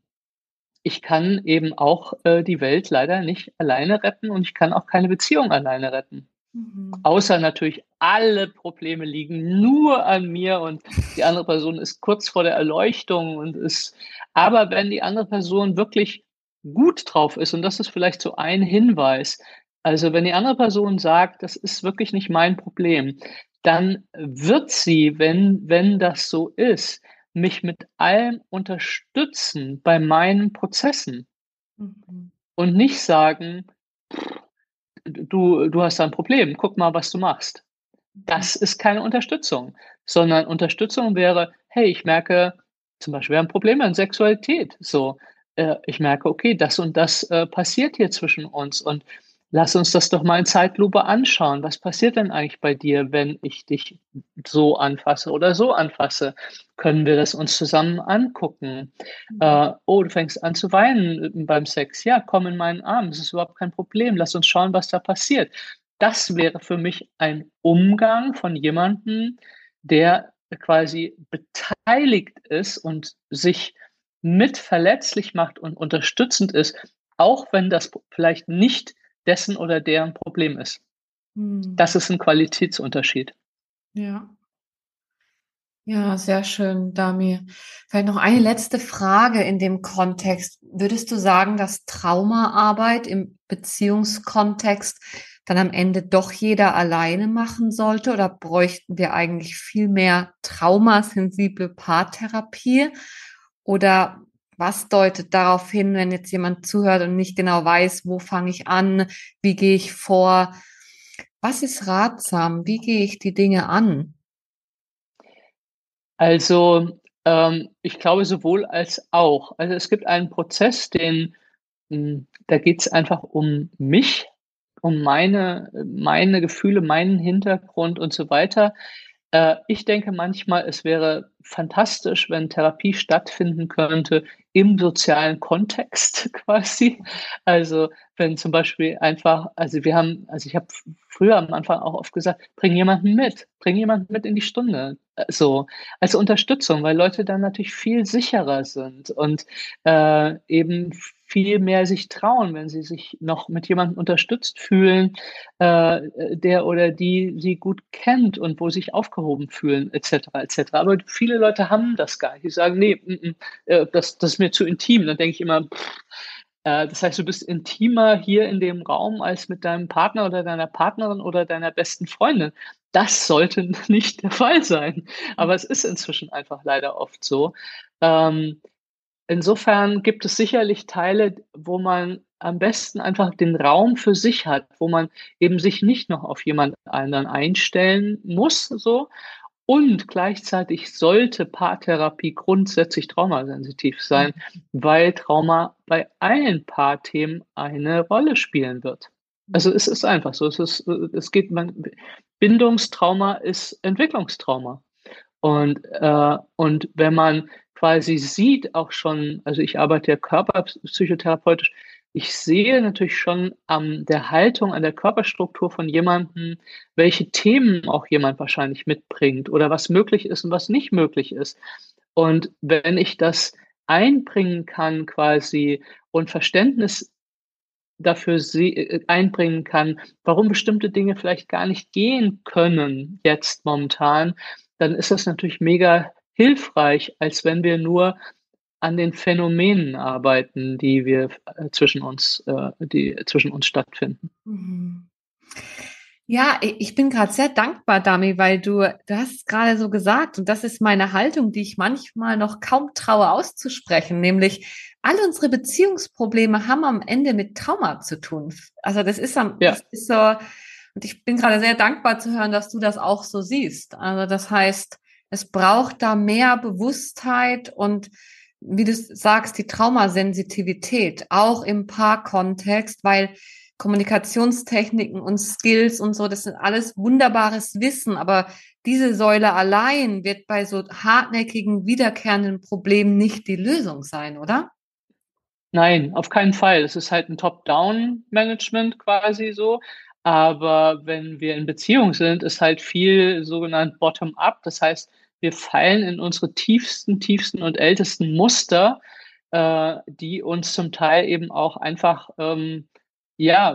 ich kann eben auch äh, die Welt leider nicht alleine retten und ich kann auch keine Beziehung alleine retten. Mhm. Außer natürlich, alle Probleme liegen nur an mir und die andere Person ist kurz vor der Erleuchtung und ist, aber wenn die andere Person wirklich gut drauf ist, und das ist vielleicht so ein Hinweis, also wenn die andere Person sagt, das ist wirklich nicht mein Problem, dann wird sie, wenn, wenn das so ist, mich mit allem unterstützen bei meinen Prozessen Mhm. und nicht sagen, du, du hast da ein Problem, guck mal, was du machst. Mhm. Das ist keine Unterstützung, sondern Unterstützung wäre, hey, ich merke, zum Beispiel, wir haben Probleme in Sexualität. So, äh, ich merke, okay, das und das äh, passiert hier zwischen uns und lass uns das doch mal in Zeitlupe anschauen. Was passiert denn eigentlich bei dir, wenn ich dich so anfasse oder so anfasse? Können wir das uns zusammen angucken? Mhm. Äh, oh, du fängst an zu weinen äh, beim Sex. Ja, komm in meinen Arm. Das ist überhaupt kein Problem. Lass uns schauen, was da passiert. Das wäre für mich ein Umgang von jemandem, der quasi beteiligt ist und sich mit verletzlich macht und unterstützend ist, auch wenn das vielleicht nicht dessen oder deren Problem ist. Mhm. Das ist ein Qualitätsunterschied. Ja. Ja, sehr schön, Damir. Vielleicht noch eine letzte Frage in dem Kontext. Würdest du sagen, dass Traumaarbeit im Beziehungskontext dann am Ende doch jeder alleine machen sollte oder bräuchten wir eigentlich viel mehr traumasensible Paartherapie? Oder was deutet darauf hin, wenn jetzt jemand zuhört und nicht genau weiß, wo fange ich an, wie gehe ich vor? Was ist ratsam? Wie gehe ich die Dinge an? Also, ähm, ich glaube sowohl als auch. Also, es gibt einen Prozess, den hm, da geht's einfach um mich, um meine meine Gefühle, meinen Hintergrund und so weiter. Äh, ich denke manchmal, es wäre fantastisch, wenn Therapie stattfinden könnte im sozialen Kontext quasi. Also, wenn zum Beispiel einfach also, wir haben also, ich habe f früher am Anfang auch oft gesagt: „Bring jemanden mit, bring jemanden mit in die Stunde“, äh, so als Unterstützung, weil Leute dann natürlich viel sicherer sind und, äh, eben viel mehr sich trauen, wenn sie sich noch mit jemandem unterstützt fühlen, äh, der oder die sie gut kennt und wo sie sich aufgehoben fühlen, et cetera, et cetera. Aber viele Leute haben das gar nicht. Die sagen: „Ne, mm, mm, äh, das das ist mir zu intim." Dann denke ich immer, pff, äh, das heißt, du bist intimer hier in dem Raum als mit deinem Partner oder deiner Partnerin oder deiner besten Freundin. Das sollte nicht der Fall sein, aber es ist inzwischen einfach leider oft so. Ähm, insofern gibt es sicherlich Teile, wo man am besten einfach den Raum für sich hat, wo man eben sich nicht noch auf jemand anderen einstellen muss so. Und gleichzeitig sollte Paartherapie grundsätzlich traumasensitiv sein, weil Trauma bei allen Paarthemen eine Rolle spielen wird. Also, es ist einfach so. Es ist äh, es geht man Bindungstrauma ist Entwicklungstrauma. Und, äh und wenn man quasi sieht auch schon, also, ich arbeite ja körperpsychotherapeutisch, ich sehe natürlich schon an der Haltung, an der Körperstruktur von jemandem, welche Themen auch jemand wahrscheinlich mitbringt oder was möglich ist und was nicht möglich ist. Und wenn ich das einbringen kann quasi und Verständnis dafür se äh, einbringen kann, warum bestimmte Dinge vielleicht gar nicht gehen können jetzt momentan, dann ist das natürlich mega hilfreich, als wenn wir nur an den Phänomenen arbeiten, die wir äh, zwischen uns äh, die zwischen uns stattfinden. Mhm. Ja, i ich bin gerade sehr dankbar, Dami, weil du du hast es grade so gesagt und das ist meine Haltung, die ich manchmal noch kaum traue auszusprechen, nämlich alle unsere Beziehungsprobleme haben am Ende mit Trauma zu tun. Also, das ist am Ja. das ist so und ich bin grade sehr dankbar zu hören, dass du das auch so siehst. Also, das heißt, es braucht da mehr Bewusstheit und wie du sagst, die Traumasensitivität, auch im Paarkontext, weil Kommunikationstechniken und Skills und so, das sind alles wunderbares Wissen, aber diese Säule allein wird bei so hartnäckigen, wiederkehrenden Problemen nicht die Lösung sein, oder? Nein, auf keinen Fall. Es ist halt 'n Top-Down-Management quasi so. Aber wenn wir in Beziehung sind, ist halt viel sogenannt bottom-up. Das heißt, wir fallen in unsere tiefsten, tiefsten und ältesten Muster, äh, die uns zum Teil eben auch einfach, ähm, ja,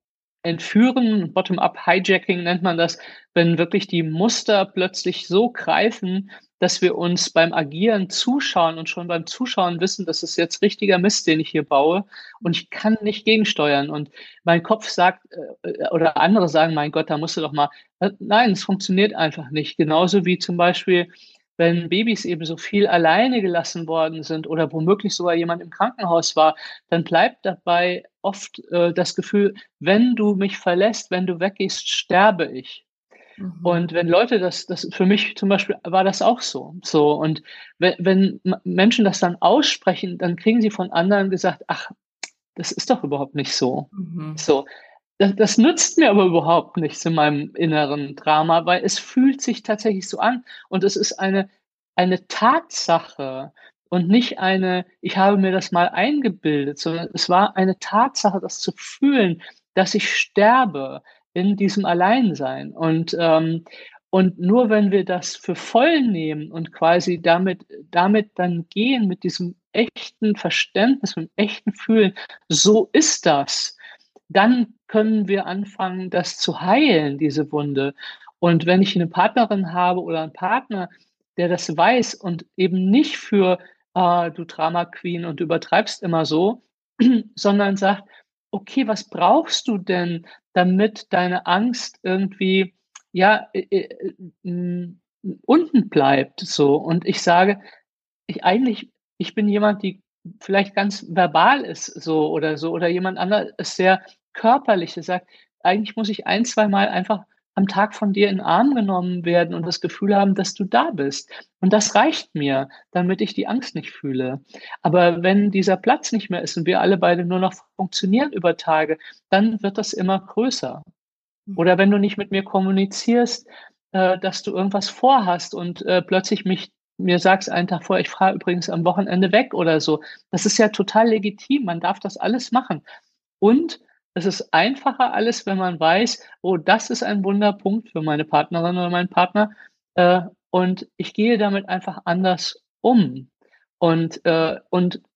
entführen. Bottom-up Hijacking nennt man das, wenn wirklich die Muster plötzlich so greifen, dass wir uns beim Agieren zuschauen und schon beim Zuschauen wissen, das ist jetzt richtiger Mist, den ich hier baue und ich kann nicht gegensteuern. Und mein Kopf sagt, äh, äh oder andere sagen: „Mein Gott, da musst du doch mal." Äh, nein, es funktioniert einfach nicht. Genauso wie zum Beispiel, wenn Babys eben so viel alleine gelassen worden sind oder womöglich sogar jemand im Krankenhaus war, dann bleibt dabei oft, äh, das Gefühl: „Wenn du mich verlässt, wenn du weggehst, sterbe ich." Mhm. Und wenn Leute das das für mich zum Beispiel war das auch so. So, und we wenn M Menschen das dann aussprechen, dann kriegen sie von anderen gesagt: „Ach, das ist doch überhaupt nicht so." Mhm. So, das das nützt mir aber überhaupt nichts in meinem inneren Drama, weil es fühlt sich tatsächlich so an und es ist eine eine Tatsache und nicht eine: „Ich habe mir das mal eingebildet", sondern es war eine Tatsache, das zu fühlen, dass ich sterbe in diesem Alleinsein. Und, ähm und nur wenn wir das für voll nehmen und quasi damit damit dann gehen, mit diesem echten Verständnis, mit dem echten Fühlen, so ist das, dann können wir anfangen, das zu heilen, diese Wunde. Und wenn ich 'ne Partnerin habe oder 'n Partner, der das weiß und eben nicht für: „Ah, du Drama Queen und du übertreibst immer so", sondern sagt: „Okay, was brauchst du denn, damit deine Angst irgendwie, ja, äh, äh, hm, unten bleibt", so. Und ich sage, ich eigentlich ich bin jemand, die vielleicht ganz verbal ist so oder so oder jemand anderer ist sehr körperlich, der sagt: „Eigentlich muss ich ein, zweimal einfach am Tag von dir in 'n Arm genommen werden und das Gefühl haben, dass du da bist. Und das reicht mir, damit ich die Angst nicht fühle." Aber wenn dieser Platz nicht mehr ist und wir alle beide nur noch funktionieren über Tage, dann wird das immer größer. Oder wenn du nicht mit mir kommunizierst, äh, dass du irgendwas vorhast und, äh, plötzlich mich mir sagst einen Tag vorher: „Ich fahre übrigens am Wochenende weg" oder so. Das ist ja total legitim. Man darf das alles machen. Und es ist einfacher alles, wenn man weiß: „Oh, das ist ein Wunderpunkt für meine Partnerin oder meinen Partner, äh, und ich gehe damit einfach anders um." Und, äh und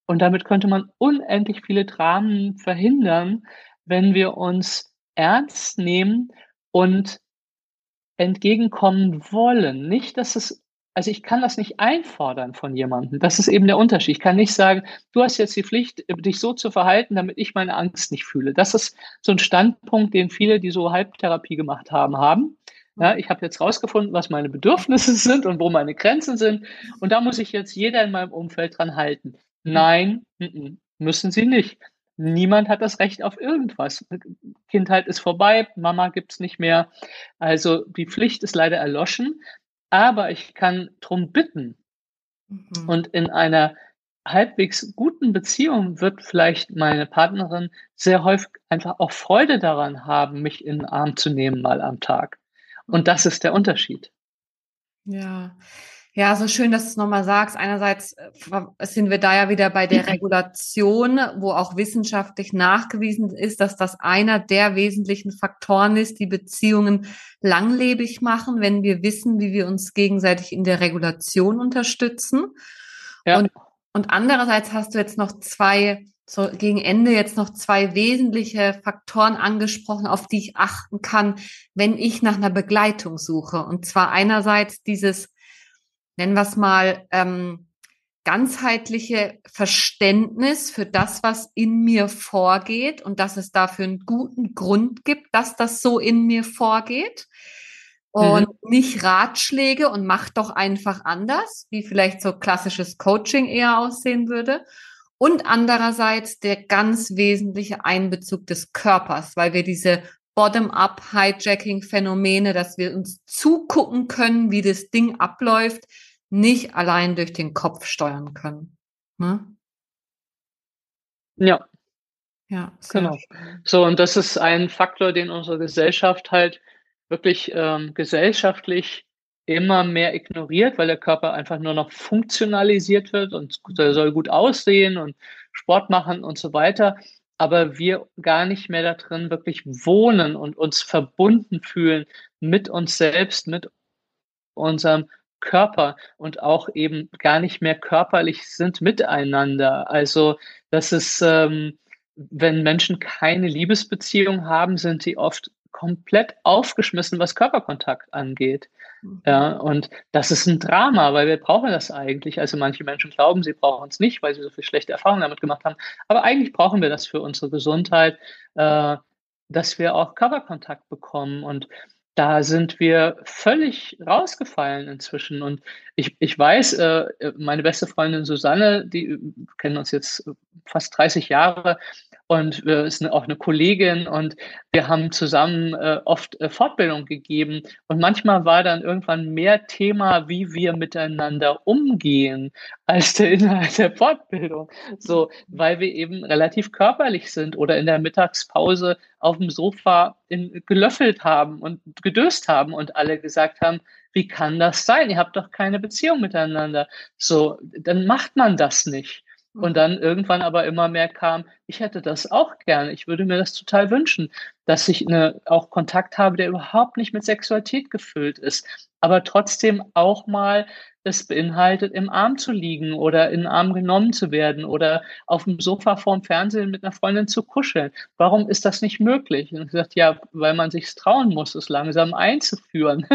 Und damit könnte man unendlich viele Dramen verhindern, wenn wir uns ernst nehmen und entgegenkommen wollen. Nicht, dass es also, ich kann das nicht einfordern von jemandem. Das ist eben der Unterschied. Ich kann nicht sagen: „Du hast jetzt die Pflicht, dich so zu verhalten, damit ich meine Angst nicht fühle.“ Das ist so 'n Standpunkt, den viele, die so Halbtherapie gemacht haben, haben. Ja, ich habe jetzt rausgefunden, was meine Bedürfnisse sind und wo meine Grenzen sind und da muss sich jetzt jeder in meinem Umfeld dran halten. Nein, m-m, müssen sie nicht. Niemand hat das Recht auf irgendwas. Kindheit ist vorbei, Mama gibt's nicht mehr. Also, die Pflicht ist leider erloschen, aber ich kann drum bitten. Mhm. Und in einer halbwegs guten Beziehung wird vielleicht meine Partnerin sehr häufig einfach auch Freude daran haben, mich in 'n Arm zu nehmen mal am Tag. Und Mhm. das ist der Unterschied. Ja. Ja, so schön, dass du's noch mal sagst. Einerseits, äh, f sind wir da ja wieder bei der Regulation, wo auch wissenschaftlich nachgewiesen ist, dass das einer der wesentlichen Faktoren ist, die Beziehungen langlebig machen, wenn wir wissen, wie wir uns gegenseitig in der Regulation unterstützen. Ja. Und und andererseits hast du jetzt noch zwei so gegen Ende jetzt noch zwei wesentliche Faktoren angesprochen, auf die ich achten kann, wenn ich nach 'ner Begleitung suche. Und zwar einerseits dieses, nennen wir's mal, ähm, ganzheitliche Verständnis für das, was in mir vorgeht und dass es dafür 'n guten Grund gibt, dass das so in mir vorgeht. Und Mhm. nicht Ratschläge und mach doch einfach anders, wie vielleicht so klassisches Coaching eher aussehen würde. Und andererseits der ganz wesentliche Einbezug des Körpers, weil wir diese Bottom-up-Hijacking-Phänomene, dass wir uns zugucken können, wie das Ding abläuft, nicht allein durch den Kopf steuern können, ne? Ja. Ja, sehr Genau. schön. So, und das ist ein Faktor, den unsere Gesellschaft halt wirklich, ähm, gesellschaftlich immer mehr ignoriert, weil der Körper einfach nur noch funktionalisiert wird und der Mhm. soll gut aussehen und Sport machen und so weiter, aber wir gar nicht mehr da drin wirklich wohnen und uns verbunden fühlen mit uns selbst, mit unserem Körper und auch eben gar nicht mehr körperlich sind miteinander. Also, das ist, ähm wenn Menschen keine Liebesbeziehung haben, sind sie oft komplett aufgeschmissen, was Körperkontakt angeht. Mhm. Ja, und das ist 'n Drama, weil wir brauchen das eigentlich. Also, manche Menschen glauben, sie brauchen's nicht, weil sie so viel schlechte Erfahrungen damit gemacht haben. Aber eigentlich brauchen wir das für unsere Gesundheit, äh, dass wir auch Körperkontakt bekommen. Und da sind wir völlig rausgefallen inzwischen. Und ich ich weiß, äh, äh, meine beste Freundin Susanne, die wir kennen uns jetzt fast dreißig Jahre und, äh, ist 'ne auch 'ne Kollegin und wir haben zusammen, äh, oft, äh, Fortbildung gegeben. Und manchmal war dann irgendwann mehr Thema, wie wir miteinander umgehen, als der Inhalt der Fortbildung. So, Mhm. weil wir eben relativ körperlich sind oder in der Mittagspause auf'm Sofa in gelöffelt haben und gedöst haben und alle gesagt haben: „Wie kann das sein? Ihr habt doch keine Beziehung miteinander.“ So, dann macht man das nicht. Und Mhm. dann irgendwann aber immer mehr kam: „Ich hätte das auch gerne. Ich würde mir das total wünschen, dass ich 'ne auch Kontakt habe, der überhaupt nicht mit Sexualität gefüllt ist, aber trotzdem auch mal es beinhaltet, im Arm zu liegen oder in 'n Arm genommen zu werden oder auf'm Sofa vorm Fernsehen mit 'ner Freundin zu kuscheln. Warum ist das nicht möglich?“ Und gesagt: „Ja, weil man sich's trauen muss, es langsam einzuführen.“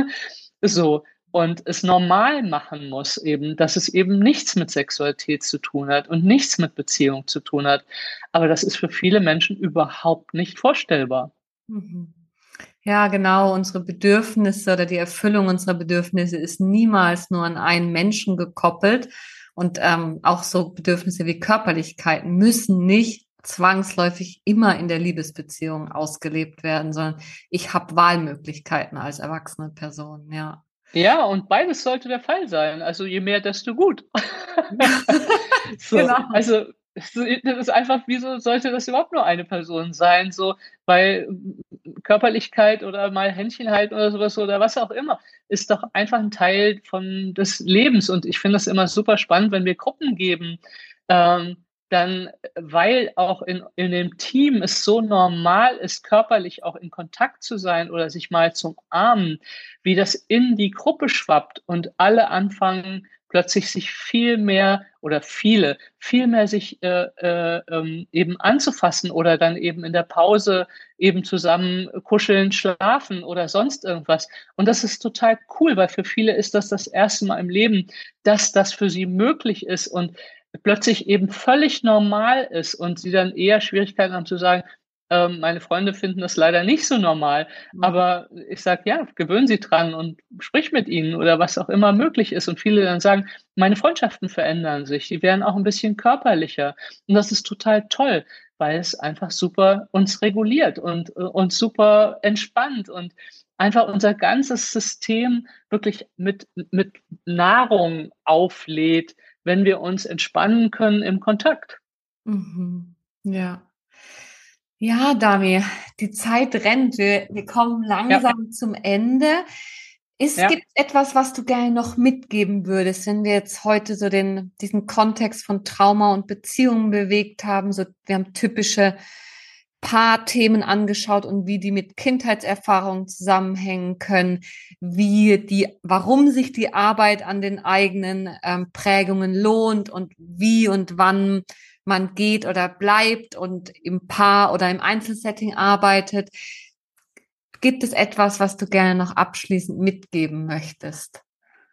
So, und es normal machen muss eben, dass es eben nichts mit Sexualität zu tun hat und nichts mit Beziehung zu tun hat. Aber das ist für viele Menschen überhaupt nicht vorstellbar. Mhm. Ja, genau, unsere Bedürfnisse oder die Erfüllung unserer Bedürfnisse ist niemals nur an einen Menschen gekoppelt. Und, ähm, auch so Bedürfnisse wie Körperlichkeiten müssen nicht zwangsläufig immer in der Liebesbeziehung ausgelebt werden, sondern ich habe Wahlmöglichkeiten als erwachsene Person, ja. Ja, und beides sollte der Fall sein. Also, je mehr, desto gut. So, Genau. also, es das ist einfach wieso sollte das überhaupt nur eine Person sein, so, weil Körperlichkeit oder mal Händchen halten oder so was oder was auch immer, ist doch einfach 'n Teil von des Lebens. Und ich finde das immer super spannend, wenn wir Gruppen geben, ähm, dann weil auch in in dem Team es so normal ist, körperlich auch in Kontakt zu sein oder sich mal zu umarmen, wie das in die Gruppe schwappt und alle anfangen, plötzlich sich viel mehr oder viele, viel mehr sich äh, äh, ähm, eben anzufassen oder dann eben in der Pause eben zusammen kuscheln, schlafen oder sonst irgendwas. Und das ist total cool, weil für viele ist das das erste Mal im Leben, dass das für sie möglich ist und plötzlich eben völlig normal ist und sie dann eher Schwierigkeiten haben zu sagen, ähm, meine Freunde finden das leider nicht so normal, aber ich sage, ja, gewöhnen Sie dran und sprich mit ihnen oder was auch immer möglich ist. Und viele dann sagen, meine Freundschaften verändern sich, die werden auch ein bisschen körperlicher. Und das ist total toll, weil es einfach super uns reguliert und äh, uns super entspannt und einfach unser ganzes System wirklich mit, mit Nahrung auflädt, wenn wir uns entspannen können im Kontakt. Mhm. Ja. Ja, Dami, die Zeit rennt. Wir, wir kommen Ja, langsam zum Ende. Es ja. gibt etwas, was du gerne noch mitgeben würdest, wenn wir jetzt heute so den, diesen Kontext von Trauma und Beziehungen bewegt haben. So, wir haben typische Paarthemen angeschaut und wie die mit Kindheitserfahrungen zusammenhängen können, wie die, warum sich die Arbeit an den eigenen ähm, Prägungen lohnt und wie und wann man geht oder bleibt und im Paar oder im Einzelsetting arbeitet. Gibt es etwas, was du gerne noch abschließend mitgeben möchtest?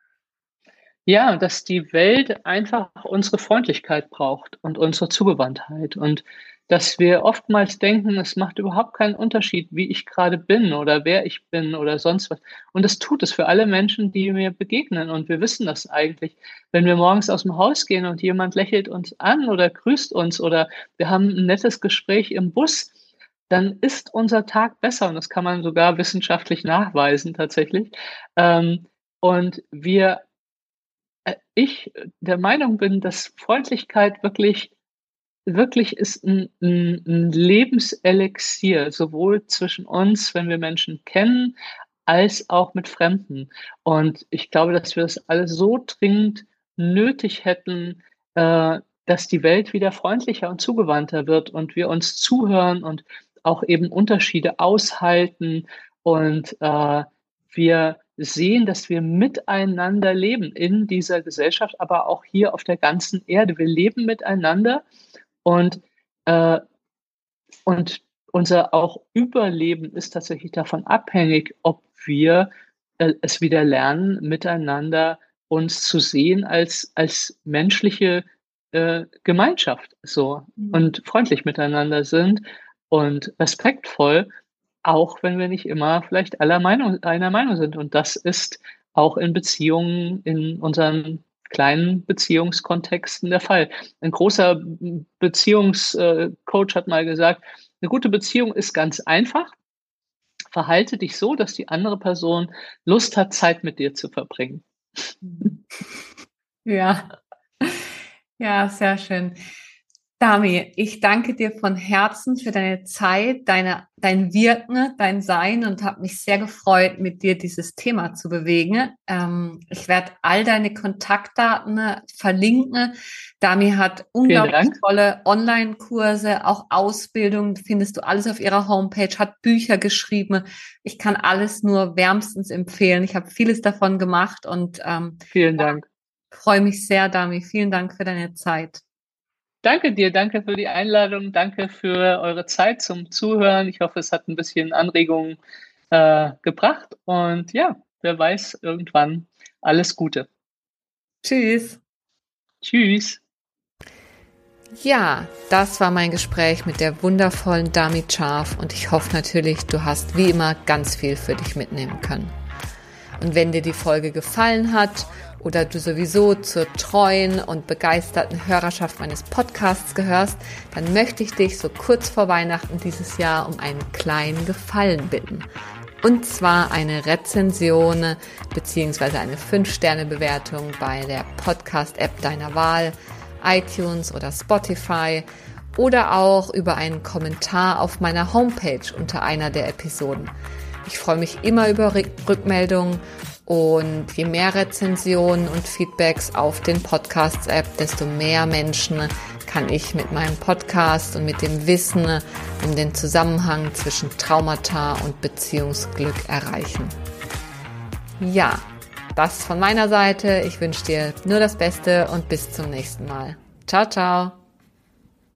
Ja, dass die Welt einfach unsere Freundlichkeit braucht und unsere Zugewandtheit und dass wir oftmals denken, es macht überhaupt keinen Unterschied, wie ich gerade bin oder wer ich bin oder sonst was. Und das tut es für alle Menschen, die mir begegnen. Und wir wissen das eigentlich. Wenn wir morgens aus dem Haus gehen und jemand lächelt uns an oder grüßt uns oder wir haben ein nettes Gespräch im Bus, dann ist unser Tag besser. Und das kann man sogar wissenschaftlich nachweisen tatsächlich. Ähm, und wir äh, ich der Meinung bin, dass Freundlichkeit wirklich wirklich ist ein 'n 'n Lebenselixier, sowohl zwischen uns, wenn wir Menschen kennen, als auch mit Fremden. Und ich glaube, dass wir das alle so dringend nötig hätten, äh, dass die Welt wieder freundlicher und zugewandter wird und wir uns zuhören und auch eben Unterschiede aushalten und, äh, wir sehen, dass wir miteinander leben in dieser Gesellschaft, aber auch hier auf der ganzen Erde. Wir leben miteinander und, äh, und unser auch Überleben ist tatsächlich davon abhängig, ob wir, äh, es wieder lernen, miteinander uns zu sehen als als menschliche, äh, Gemeinschaft so Mhm. und freundlich miteinander sind und respektvoll, auch wenn wir nicht immer vielleicht aller Meinung einer Meinung sind. Und das ist auch in Beziehungen, in unseren kleinen Beziehungskontexten der Fall. Ein großer B Beziehungs äh, Coach hat mal gesagt: „Eine gute Beziehung ist ganz einfach. Verhalte dich so, dass die andere Person Lust hat, Zeit mit dir zu verbringen." Mhm. Ja, ja, sehr schön. Dami, ich danke dir von Herzen für deine Zeit, deine, dein Wirken, dein Sein und habe mich sehr gefreut, mit dir dieses Thema zu bewegen. Ähm, ich werde all deine Kontaktdaten äh, verlinken. Dami hat Vielen unglaublich Dank. tolle Online-Kurse, auch Ausbildung, findest du alles auf ihrer Homepage, hat Bücher geschrieben. Ich kann alles nur wärmstens empfehlen. Ich habe vieles davon gemacht und ähm, Vielen Dank. freue mich sehr, Dami. Vielen Dank für deine Zeit. Danke dir, danke für die Einladung, danke für eure Zeit zum Zuhören. Ich hoffe, es hat ein bisschen Anregungen, äh, gebracht und ja, wer weiß, irgendwann alles Gute. Tschüss. Tschüss. Ja, das war mein Gespräch mit der wundervollen Dami Scharf und ich hoffe natürlich, du hast wie immer ganz viel für dich mitnehmen können. Und wenn dir die Folge gefallen hat oder du sowieso zur treuen und begeisterten Hörerschaft meines Podcasts gehörst, dann möchte ich dich so kurz vor Weihnachten dieses Jahr um einen kleinen Gefallen bitten. Und zwar eine Rezension bzw. eine fünf Sterne Bewertung bei der Podcast-App deiner Wahl, iTunes oder Spotify oder auch über einen Kommentar auf meiner Homepage unter einer der Episoden. Ich freue mich immer über Rückmeldungen und je mehr Rezensionen und Feedbacks auf den Podcasts-App, desto mehr Menschen kann ich mit meinem Podcast und mit dem Wissen um den Zusammenhang zwischen Traumata und Beziehungsglück erreichen. Ja, das von meiner Seite. Ich wünsche dir nur das Beste und bis zum nächsten Mal. Ciao, ciao.